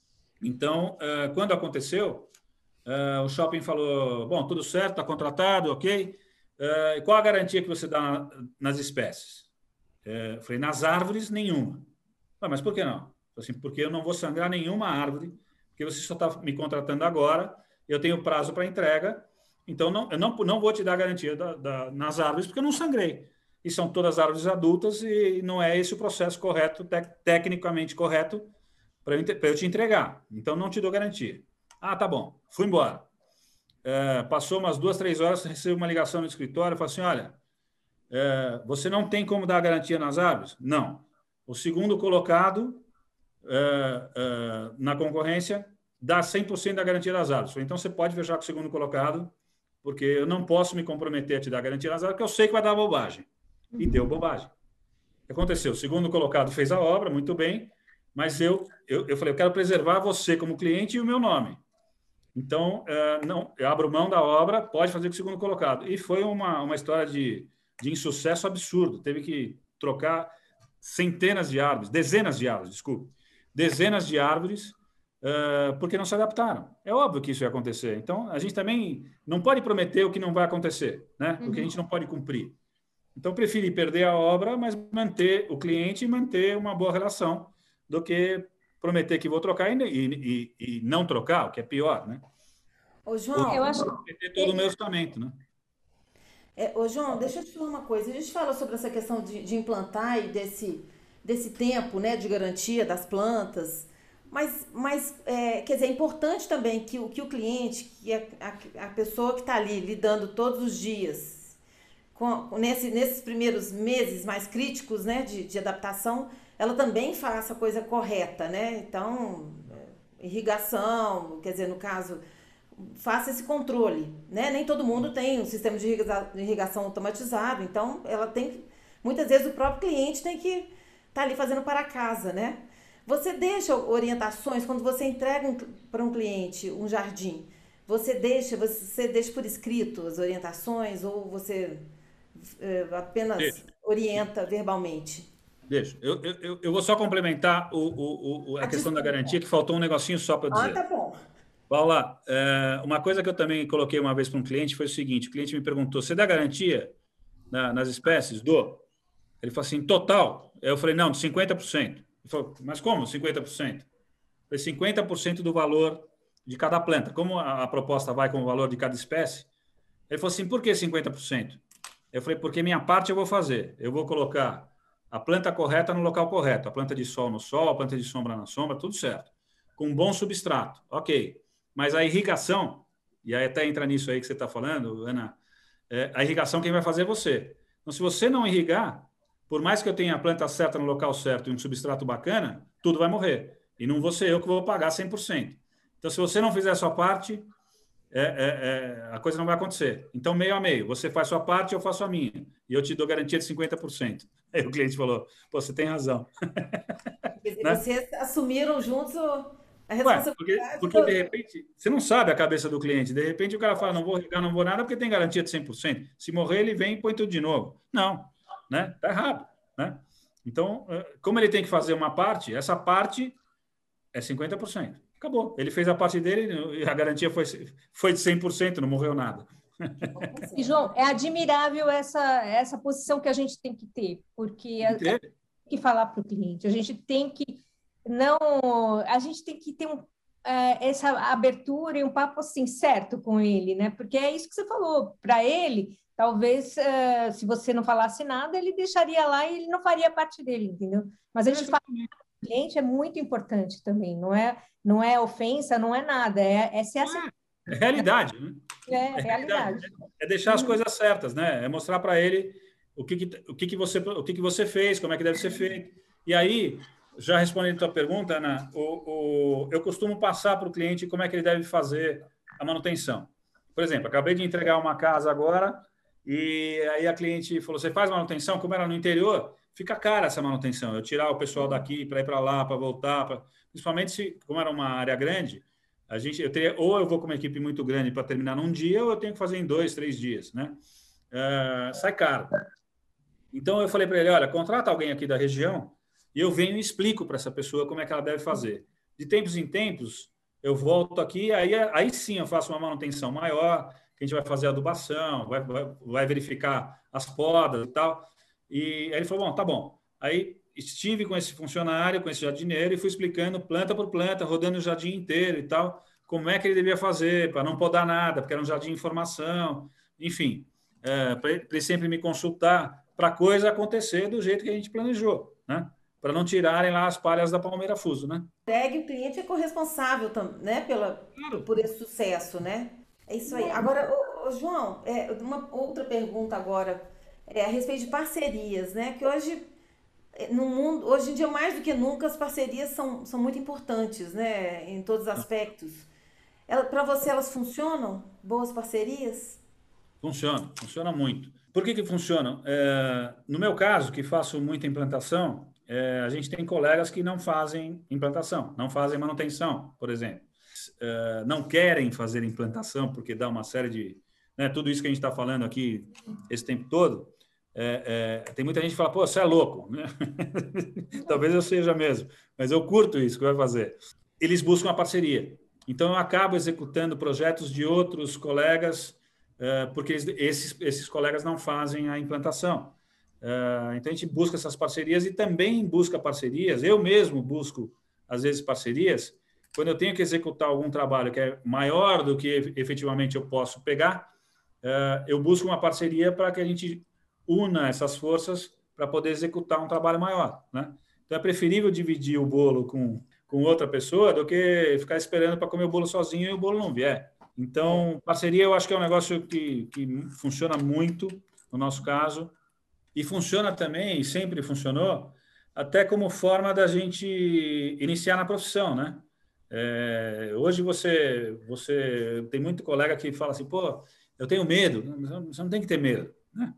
Então, é, quando aconteceu, Uh, o shopping falou, bom, tudo certo, está contratado, ok. Uh, qual a garantia que você dá na, nas espécies? Uh, falei, nas árvores, nenhuma. Ah, mas por que não? Falei assim, porque eu não vou sangrar nenhuma árvore, porque você só está me contratando agora, eu tenho prazo para entrega, então não, eu não, não vou te dar garantia da, da, nas árvores, porque eu não sangrei. E são todas árvores adultas e não é esse o processo correto, tec, tecnicamente correto, para eu, eu te entregar. Então, não te dou garantia. Ah, tá bom. Fui embora. É, passou umas duas, três horas, recebi uma ligação no escritório e falei assim, olha, é, você não tem como dar garantia nas árvores? Não. O segundo colocado é, é, na concorrência dá cem por cento da garantia das árvores. Falei, então, você pode fechar com o segundo colocado, porque eu não posso me comprometer a te dar garantia nas árvores, porque eu sei que vai dar bobagem. E deu bobagem. O que aconteceu? O segundo colocado fez a obra, muito bem, mas eu, eu, eu falei, eu quero preservar você como cliente e o meu nome. Então, uh, não, eu abro mão da obra, pode fazer com o segundo colocado. E foi uma, uma história de, de insucesso absurdo. Teve que trocar centenas de árvores, dezenas de árvores, desculpe, dezenas de árvores, uh, porque não se adaptaram. É óbvio que isso ia acontecer. Então, a gente também não pode prometer o que não vai acontecer, né? Porque a gente não pode cumprir. Então, preferi perder a obra, mas manter o cliente e manter uma boa relação, do que prometer que vou trocar e, e, e não trocar, o que é pior, né? Ô, João, eu acho que todo o meu orçamento, né? É, ô, João, deixa eu te falar uma coisa. A gente fala sobre essa questão de, de implantar e desse, desse tempo, né, de garantia das plantas, mas, mas é, quer dizer, é importante também que o, que o cliente, que a, a, a pessoa que está ali lidando todos os dias, com, nesse, nesses primeiros meses mais críticos, né, de, de adaptação, ela também faça a coisa correta, né? Então, irrigação, quer dizer, no caso, faça esse controle, né? Nem todo mundo tem um sistema de irrigação automatizado, então ela tem, muitas vezes o próprio cliente tem que estar tá ali fazendo para casa, né? Você deixa orientações quando você entrega um, para um cliente um jardim, você deixa, você deixa por escrito as orientações ou você é, apenas Deixa, orienta verbalmente? deixa. Eu, eu, eu vou só complementar o, o, o, a Ah, questão da desculpa. garantia, que faltou um negocinho só para eu Ah, tá dizer. bom. Paula, é, uma coisa que eu também coloquei uma vez para um cliente foi o seguinte: o cliente me perguntou, você dá garantia na, nas espécies? Dou. Ele falou assim, total? Eu falei, não, de cinquenta por cento. Ele falou, mas como cinquenta por cento? Eu falei, cinquenta por cento do valor de cada planta. Como a, a proposta vai com o valor de cada espécie, ele falou assim, por que cinquenta por cento? Eu falei, porque minha parte eu vou fazer. Eu vou colocar a planta correta no local correto, a planta de sol no sol, a planta de sombra na sombra, tudo certo. Com um bom substrato, ok. Mas a irrigação, e aí até entra nisso aí que você está falando, Ana, é, a irrigação quem vai fazer é você. Então, se você não irrigar, por mais que eu tenha a planta certa no local certo e um substrato bacana, tudo vai morrer. E não vou ser eu que vou pagar cem por cento. Então, se você não fizer a sua parte, é, é, é, a coisa não vai acontecer. Então, meio a meio. Você faz a sua parte, eu faço a minha. E eu te dou garantia de cinquenta por cento. Aí o cliente falou, pô, você tem razão. Quer dizer, Né? vocês assumiram juntos o- a Ué, porque, responsabilidade porque de do... repente, você não sabe a cabeça do cliente. De repente o cara fala, não vou irrigar, não vou nada, porque tem garantia de cem por cento. Se morrer, ele vem e põe tudo de novo. Não, né? Tá errado, né? Então, como ele tem que fazer uma parte, essa parte é cinquenta por cento. Acabou. Ele fez a parte dele e a garantia foi, foi de cem por cento, não morreu nada. E, João, é admirável essa, essa posição que a gente tem que ter, porque a, tem que falar para o cliente, a gente tem que não, a gente tem que ter um, é, essa abertura e um papo assim certo com ele, né? Porque é isso que você falou, para ele, talvez é, se você não falasse nada, ele deixaria lá e ele não faria parte dele, entendeu? Mas a gente fala com o cliente é muito importante também, não é, não é ofensa, não é nada, é, essa é a É realidade, né? É, É realidade. É deixar as coisas certas, né? É mostrar para ele o que, que, o, que, que, você, o que, que você fez, como é que deve ser feito. E aí, já respondendo a tua pergunta, Ana, o, o, eu costumo passar para o cliente como é que ele deve fazer a manutenção. Por exemplo, acabei de entregar uma casa agora e aí a cliente falou, você faz manutenção? Como era no interior, fica cara essa manutenção. Eu tirar o pessoal daqui para ir para lá, para voltar, pra... principalmente se, como era uma área grande, a gente, eu teria, ou eu vou com uma equipe muito grande para terminar num dia, ou eu tenho que fazer em dois, três dias, né? Uh, sai caro. Então eu falei para ele, olha, contrata alguém aqui da região e eu venho e explico para essa pessoa como é que ela deve fazer. De tempos em tempos, eu volto aqui, aí, aí sim eu faço uma manutenção maior, que a gente vai fazer adubação, vai, vai, vai verificar as podas e tal. E aí ele falou, bom, tá bom. Aí estive com esse funcionário, com esse jardineiro, e fui explicando planta por planta, rodando o jardim inteiro e tal, como é que ele devia fazer, para não podar nada, porque era um jardim de informação, enfim, é, para ele sempre me consultar, para a coisa acontecer do jeito que a gente planejou, né? Para não tirarem lá as palhas da palmeira fuso, né? Pegue o cliente é corresponsável, né, pela, Claro. por esse sucesso, né? É isso aí. Agora, ô, ô, João, é, uma outra pergunta agora é a respeito de parcerias, né? Que hoje no mundo, hoje em dia, mais do que nunca, as parcerias são, são muito importantes, né? Em todos os aspectos. Para você, elas funcionam? Boas parcerias? Funciona, funciona muito. Por que que funcionam? É, no meu caso, que faço muita implantação, é, a gente tem colegas que não fazem implantação, não fazem manutenção, por exemplo. É, não querem fazer implantação porque dá uma série de... Né, tudo isso que a gente está falando aqui esse tempo todo, É, é, tem muita gente que fala, pô, você é louco, né? Talvez eu seja mesmo, mas eu curto isso que vai fazer. Eles buscam a parceria. Então, eu acabo executando projetos de outros colegas, é, porque eles, esses, esses colegas não fazem a implantação. É, então, a gente busca essas parcerias e também busca parcerias. Eu mesmo busco, às vezes, parcerias. Quando eu tenho que executar algum trabalho que é maior do que efetivamente eu posso pegar, é, eu busco uma parceria para que a gente una essas forças para poder executar um trabalho maior, né? Então, é preferível dividir o bolo com, com outra pessoa do que ficar esperando para comer o bolo sozinho e o bolo não vier. Então, parceria eu acho que é um negócio que, que funciona muito no nosso caso e funciona também, e sempre funcionou, até como forma da gente iniciar na profissão, né? É, hoje você, você tem muito colega que fala assim, pô, eu tenho medo. Você não tem que ter medo, né?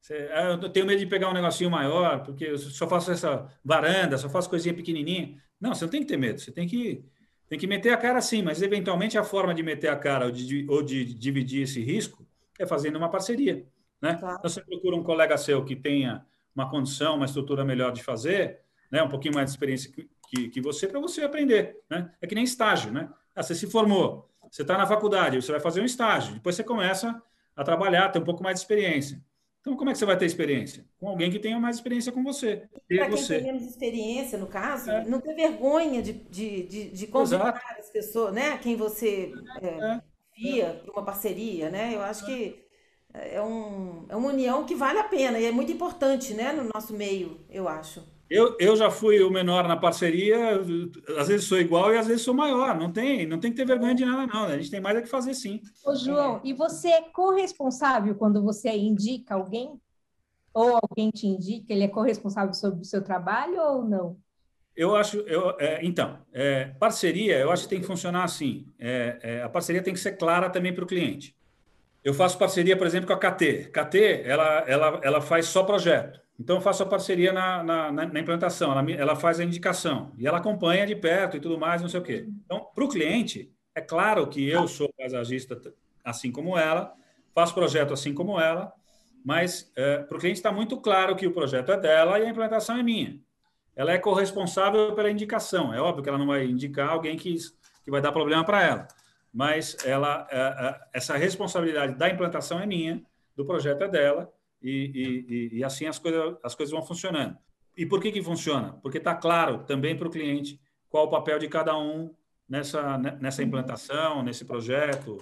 Eu tenho medo de pegar um negocinho maior, porque eu só faço essa varanda, só faço coisinha pequenininha. Não, você não tem que ter medo, você tem que Tem que meter a cara sim, mas eventualmente a forma de meter a cara ou de, ou de dividir esse risco é fazendo uma parceria, né? Claro. Então, você procura um colega seu que tenha uma condição, uma estrutura melhor de fazer, né? Um pouquinho mais de experiência que, que, que você, para você aprender, né? É que nem estágio, né? Ah, você se formou, você está na faculdade, você vai fazer um estágio, depois você começa a trabalhar, ter um pouco mais de experiência. Então, como é que você vai ter experiência? Com alguém que tenha mais experiência com você. Para quem você. tem menos experiência, no caso, É. não ter vergonha de, de, de, de convidar Exato. as pessoas, né? Quem você é, É. confia para uma parceria, né? Eu acho que é, um, é uma união que vale a pena e é muito importante, né? No nosso meio, eu acho. Eu, eu já fui o menor na parceria, às vezes sou igual e às vezes sou maior. Não tem, não tem que ter vergonha de nada, não. Né? A gente tem mais é que fazer, sim. Ô, João, e você é corresponsável quando você indica alguém? Ou alguém te indica, ele é corresponsável sobre o seu trabalho ou não? Eu acho, eu, é, então, é, parceria, eu acho que tem que funcionar assim. É, é, a parceria tem que ser clara também para o cliente. Eu faço parceria, por exemplo, com a K T. K T, ela, ela, ela faz só projeto. Então, eu faço a parceria na, na, na implantação. Ela, ela faz a indicação. E ela acompanha de perto e tudo mais, não sei o quê. Então, para o cliente, é claro que eu sou paisagista assim como ela, faço projeto assim como ela, mas é, para o cliente está muito claro que o projeto é dela e a implantação é minha. Ela é corresponsável pela indicação. É óbvio que ela não vai indicar alguém que, que vai dar problema para ela. Mas ela, essa responsabilidade da implantação é minha, do projeto é dela, e, e, e assim as coisas, as coisas vão funcionando. E por que que funciona? Porque está claro também para o cliente qual o papel de cada um nessa, nessa implantação, nesse projeto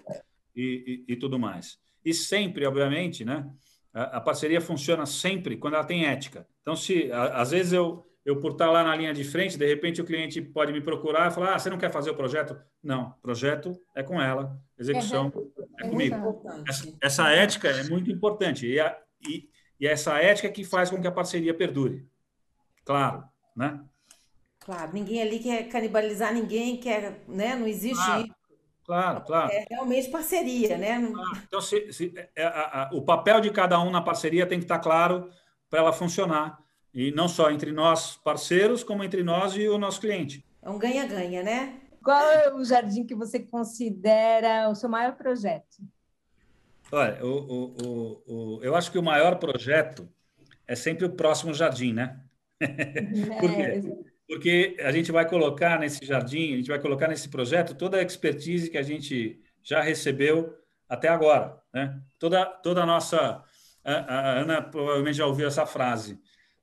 e, e, e tudo mais. E sempre, obviamente, né, a, a parceria funciona sempre quando ela tem ética. Então, se a, às vezes eu eu por estar lá na linha de frente, de repente o cliente pode me procurar e falar, ah, você não quer fazer o projeto? Não, projeto é com ela, execução Uhum. é comigo. Essa, essa ética é muito importante e, a, e, e essa ética que faz com que a parceria perdure. Claro, né? Claro, ninguém ali quer canibalizar ninguém, quer, né? Não existe Claro, isso. claro, claro. É realmente parceria, né? Não- claro. Então, se, se, é, a, a, o papel de cada um na parceria tem que estar claro para ela funcionar. E não só entre nós parceiros, como entre nós e o nosso cliente. É um ganha-ganha, né? Qual é o jardim que você considera o seu maior projeto? Olha, o, o, o, o, eu acho que o maior projeto é sempre o próximo jardim, né? Por quê? É, Porque a gente vai colocar nesse jardim, a gente vai colocar nesse projeto toda a expertise que a gente já recebeu até agora, né? Toda, toda a nossa... A, a Ana provavelmente já ouviu essa frase.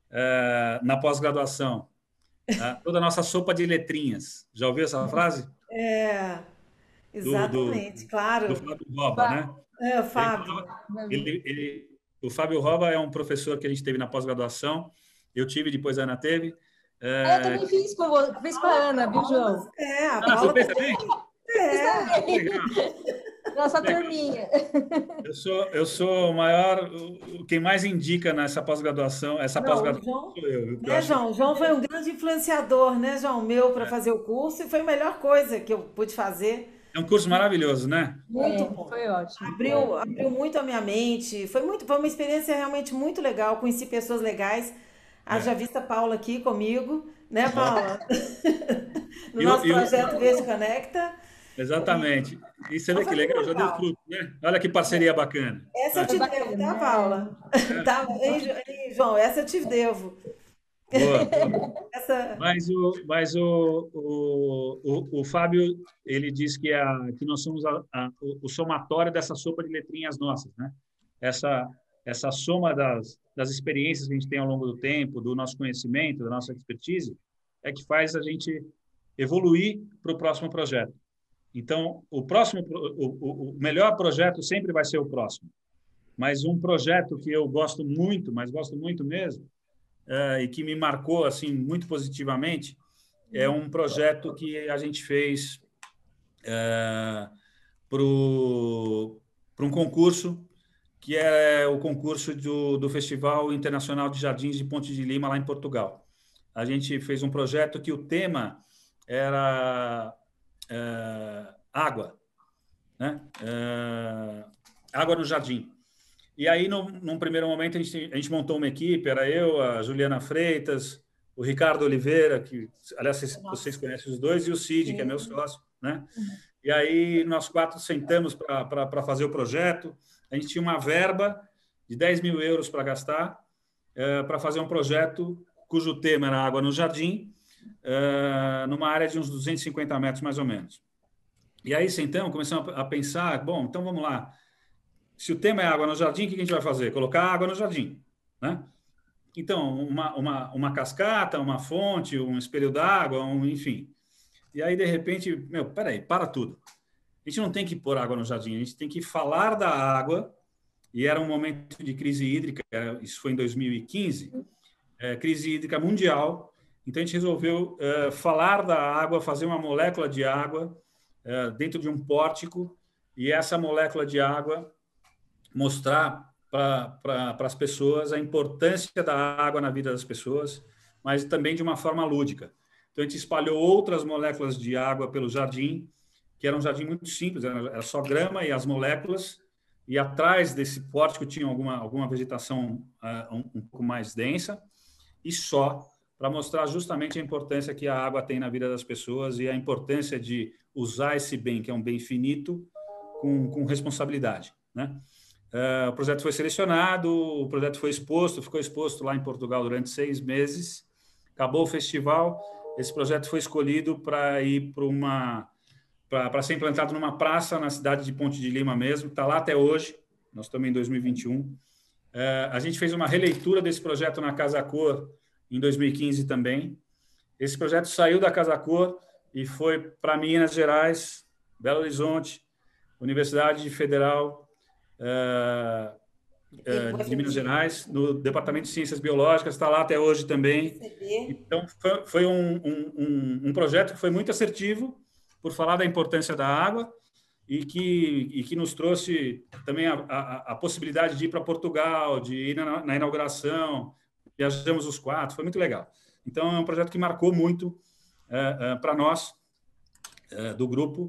É, na pós-graduação, né? Toda a nossa sopa de letrinhas. Já ouviu essa frase? É, Do, do, exatamente, do claro. Fábio Roba, Fá- né? É, Ele Fábio. falava, ele, ele, o Fábio Roba é um professor que a gente teve na pós-graduação, eu tive, depois a Ana teve. Eu É... também fiz com, vo- fiz com a Ana, viu, João? É, a Ah, você Paula fez também. também? Fiz É. também. Legal, Nossa legal. turminha. Eu sou, eu sou o maior, o- quem mais indica nessa pós-graduação, essa Não, o pós-graduação João, sou eu. Eu né, acho, João? O João foi um grande influenciador, né, João, meu, para é, fazer o curso e foi a melhor coisa que eu pude fazer. é um curso maravilhoso, né? Muito É, bom. foi ótimo. Abriu, abriu muito a minha mente. Foi muito, foi uma experiência realmente muito legal. Conheci pessoas legais. Haja É. vista a Paula aqui comigo, né, Paula? No E, o- nosso e o- projeto Verde Conecta. Exatamente. E você Então vê que foi muito legal, já deu legal. fruto, né? Olha que parceria bacana. Essa eu Ah, te Foi devo, tá, bacana. Paula? Tá, hein, Jo- hein, João? Essa eu te devo. boa, boa. Essa. Mas o, mas o, o, o, o Fábio, ele diz que, a, que nós somos a, a, o, o somatório dessa sopa de letrinhas nossas, né? Essa, essa soma das, das experiências que a gente tem ao longo do tempo, do nosso conhecimento, da nossa expertise, é que faz a gente evoluir para o próximo projeto. Então, o próximo, o, o, o melhor projeto sempre vai ser o próximo. Mas um projeto que eu gosto muito, mas gosto muito mesmo, é, e que me marcou assim muito positivamente, é um projeto que a gente fez é, para um concurso, que é o concurso do, do Festival Internacional de Jardins de Ponte de Lima, lá em Portugal. A gente fez um projeto que o tema era é, água, né? É, água no jardim. E aí, no, num primeiro momento, a gente, a gente montou uma equipe, era eu, a Juliana Freitas, o Ricardo Oliveira, que, aliás, vocês, vocês conhecem os dois, e o Cid, Sim. que é meu sócio, né? E aí nós quatro sentamos para fazer o projeto. A gente tinha uma verba de dez mil euros para gastar, é, para fazer um projeto cujo tema era água no jardim, é, numa área de uns duzentos e cinquenta metros, mais ou menos. E aí sentamos, começamos a pensar, bom, então vamos lá. Se o tema é água no jardim, o que a gente vai fazer? Colocar água no jardim, né? Então, uma, uma, uma cascata, uma fonte, um espelho d'água, um, enfim. E aí, de repente, meu, peraí, para tudo. A gente não tem que pôr água no jardim, a gente tem que falar da água. E era um momento de crise hídrica, isso foi em dois mil e quinze, é, crise hídrica mundial. Então, a gente resolveu é, falar da água, fazer uma molécula de água é, dentro de um pórtico, e essa molécula de água mostrar para pra, as pessoas a importância da água na vida das pessoas, mas também de uma forma lúdica. Então, a gente espalhou outras moléculas de água pelo jardim, que era um jardim muito simples, era só grama e as moléculas, e atrás desse pórtico tinha alguma, alguma vegetação uh, um, um pouco mais densa, e só para mostrar justamente a importância que a água tem na vida das pessoas e a importância de usar esse bem, que é um bem finito, com, com responsabilidade, né? Uh, o projeto foi selecionado, o projeto foi exposto, ficou exposto lá em Portugal durante seis meses, acabou o festival, esse projeto foi escolhido para ir para uma... para ser implantado numa praça na cidade de Ponte de Lima mesmo, está lá até hoje, nós estamos em dois mil e vinte e um. Uh, a gente fez uma releitura desse projeto na Casa Cor em dois mil e quinze também. Esse projeto saiu da Casa Cor e foi para Minas Gerais, Belo Horizonte, Universidade Federal uh, uh, de Minas Gerais, no Departamento de Ciências Biológicas, está lá até hoje também. Então, foi, foi um, um, um, um projeto que foi muito assertivo, por falar da importância da água e que, e que nos trouxe também a, a, a possibilidade de ir para Portugal, de ir na, na inauguração, viajamos os quatro, foi muito legal. Então, é um projeto que marcou muito é, é, para nós, é, do grupo,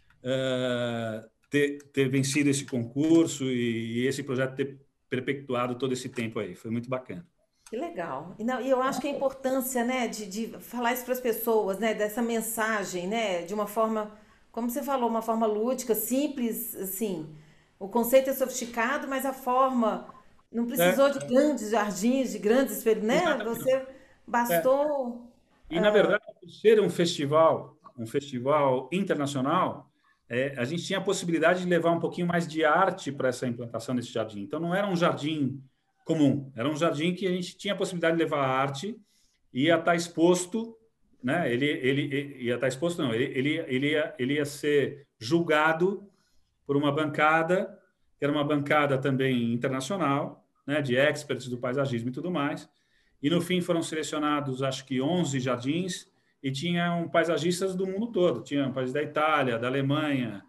é, ter, ter vencido esse concurso e, e esse projeto ter perpetuado todo esse tempo aí. Foi muito bacana. Que legal. E, não, e eu acho que a importância, né, de, de falar isso para as pessoas, né, dessa mensagem, né, de uma forma, como você falou, uma forma lúdica, simples, assim. O conceito é sofisticado, mas a forma não precisou É, de grandes jardins, de grandes espelhos, né? exatamente. Você bastou. É. E, na verdade, por ser um festival, um festival internacional, é, a gente tinha a possibilidade de levar um pouquinho mais de arte para essa implantação desse jardim. Então, não era um jardim comum. Era um jardim que a gente tinha a possibilidade de levar a arte e ia estar exposto, né? Ele, ele, ele ia estar exposto, não, ele, ele, ele, ia, ele ia ser julgado por uma bancada, que era uma bancada também internacional, né? De experts do paisagismo e tudo mais. E, no fim, foram selecionados, acho que, onze jardins e tinham paisagistas do mundo todo. Tinham países da Itália, da Alemanha,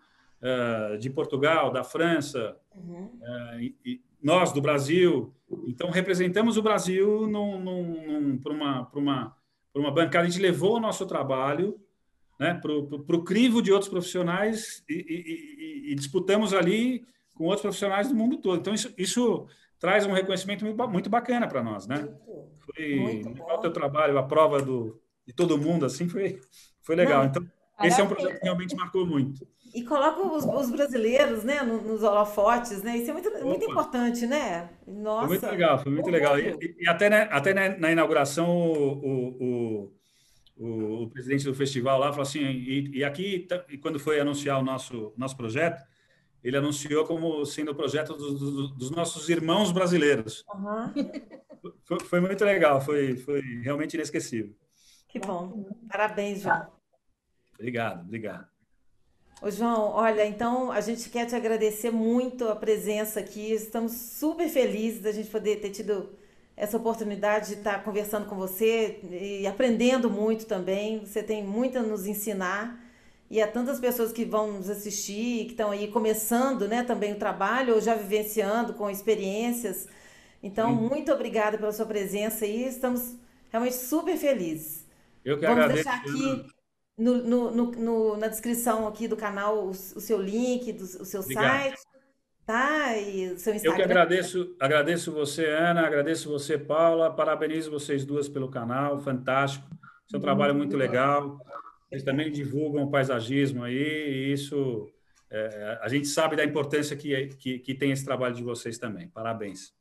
de Portugal, da França, Uhum. e nós, do Brasil. Então, representamos o Brasil num, num, num, para uma, para uma, para uma bancada. A gente levou o nosso trabalho, né, para o crivo de outros profissionais e, e, e, e disputamos ali com outros profissionais do mundo todo. Então, isso, isso traz um reconhecimento muito bacana para nós, né? Foi legal o teu trabalho, a prova do, de todo mundo, assim, foi, foi legal. Não, então, parabéns. Esse é um projeto que realmente marcou muito. E coloca os, os brasileiros, né, nos holofotes, né? Isso é muito, muito importante, né? Nossa. Foi muito legal, foi muito legal. E, e até, né, até na, na inauguração, o, o, o, o presidente do festival lá falou assim, e, e aqui, quando foi anunciar o nosso, nosso projeto, ele anunciou como sendo o projeto dos, dos, dos nossos irmãos brasileiros. Uhum. Foi, foi muito legal, foi, foi realmente inesquecível. Que bom. Parabéns, João. Obrigado, obrigado. Ô, João, olha, então a gente quer te agradecer muito a presença aqui. Estamos super felizes da gente poder ter tido essa oportunidade de estar conversando com você e aprendendo muito também. Você tem muito a nos ensinar. E há tantas pessoas que vão nos assistir, que estão aí começando, né, também o trabalho, ou já vivenciando com experiências. Então, Sim. muito obrigada pela sua presença aí. Estamos realmente super felizes. Eu que Vamos agradeço. deixar aqui no, no, no, no, na descrição aqui do canal o, o seu link, do, o seu Obrigado. site, tá? E o seu Eu que Instagram. agradeço, agradeço você, Ana, agradeço você, Paula, parabenizo vocês duas pelo canal, fantástico. Seu trabalho é muito legal. Vocês também divulgam o paisagismo aí, e isso, é, a gente sabe da importância que, que, que tem esse trabalho de vocês também. Parabéns.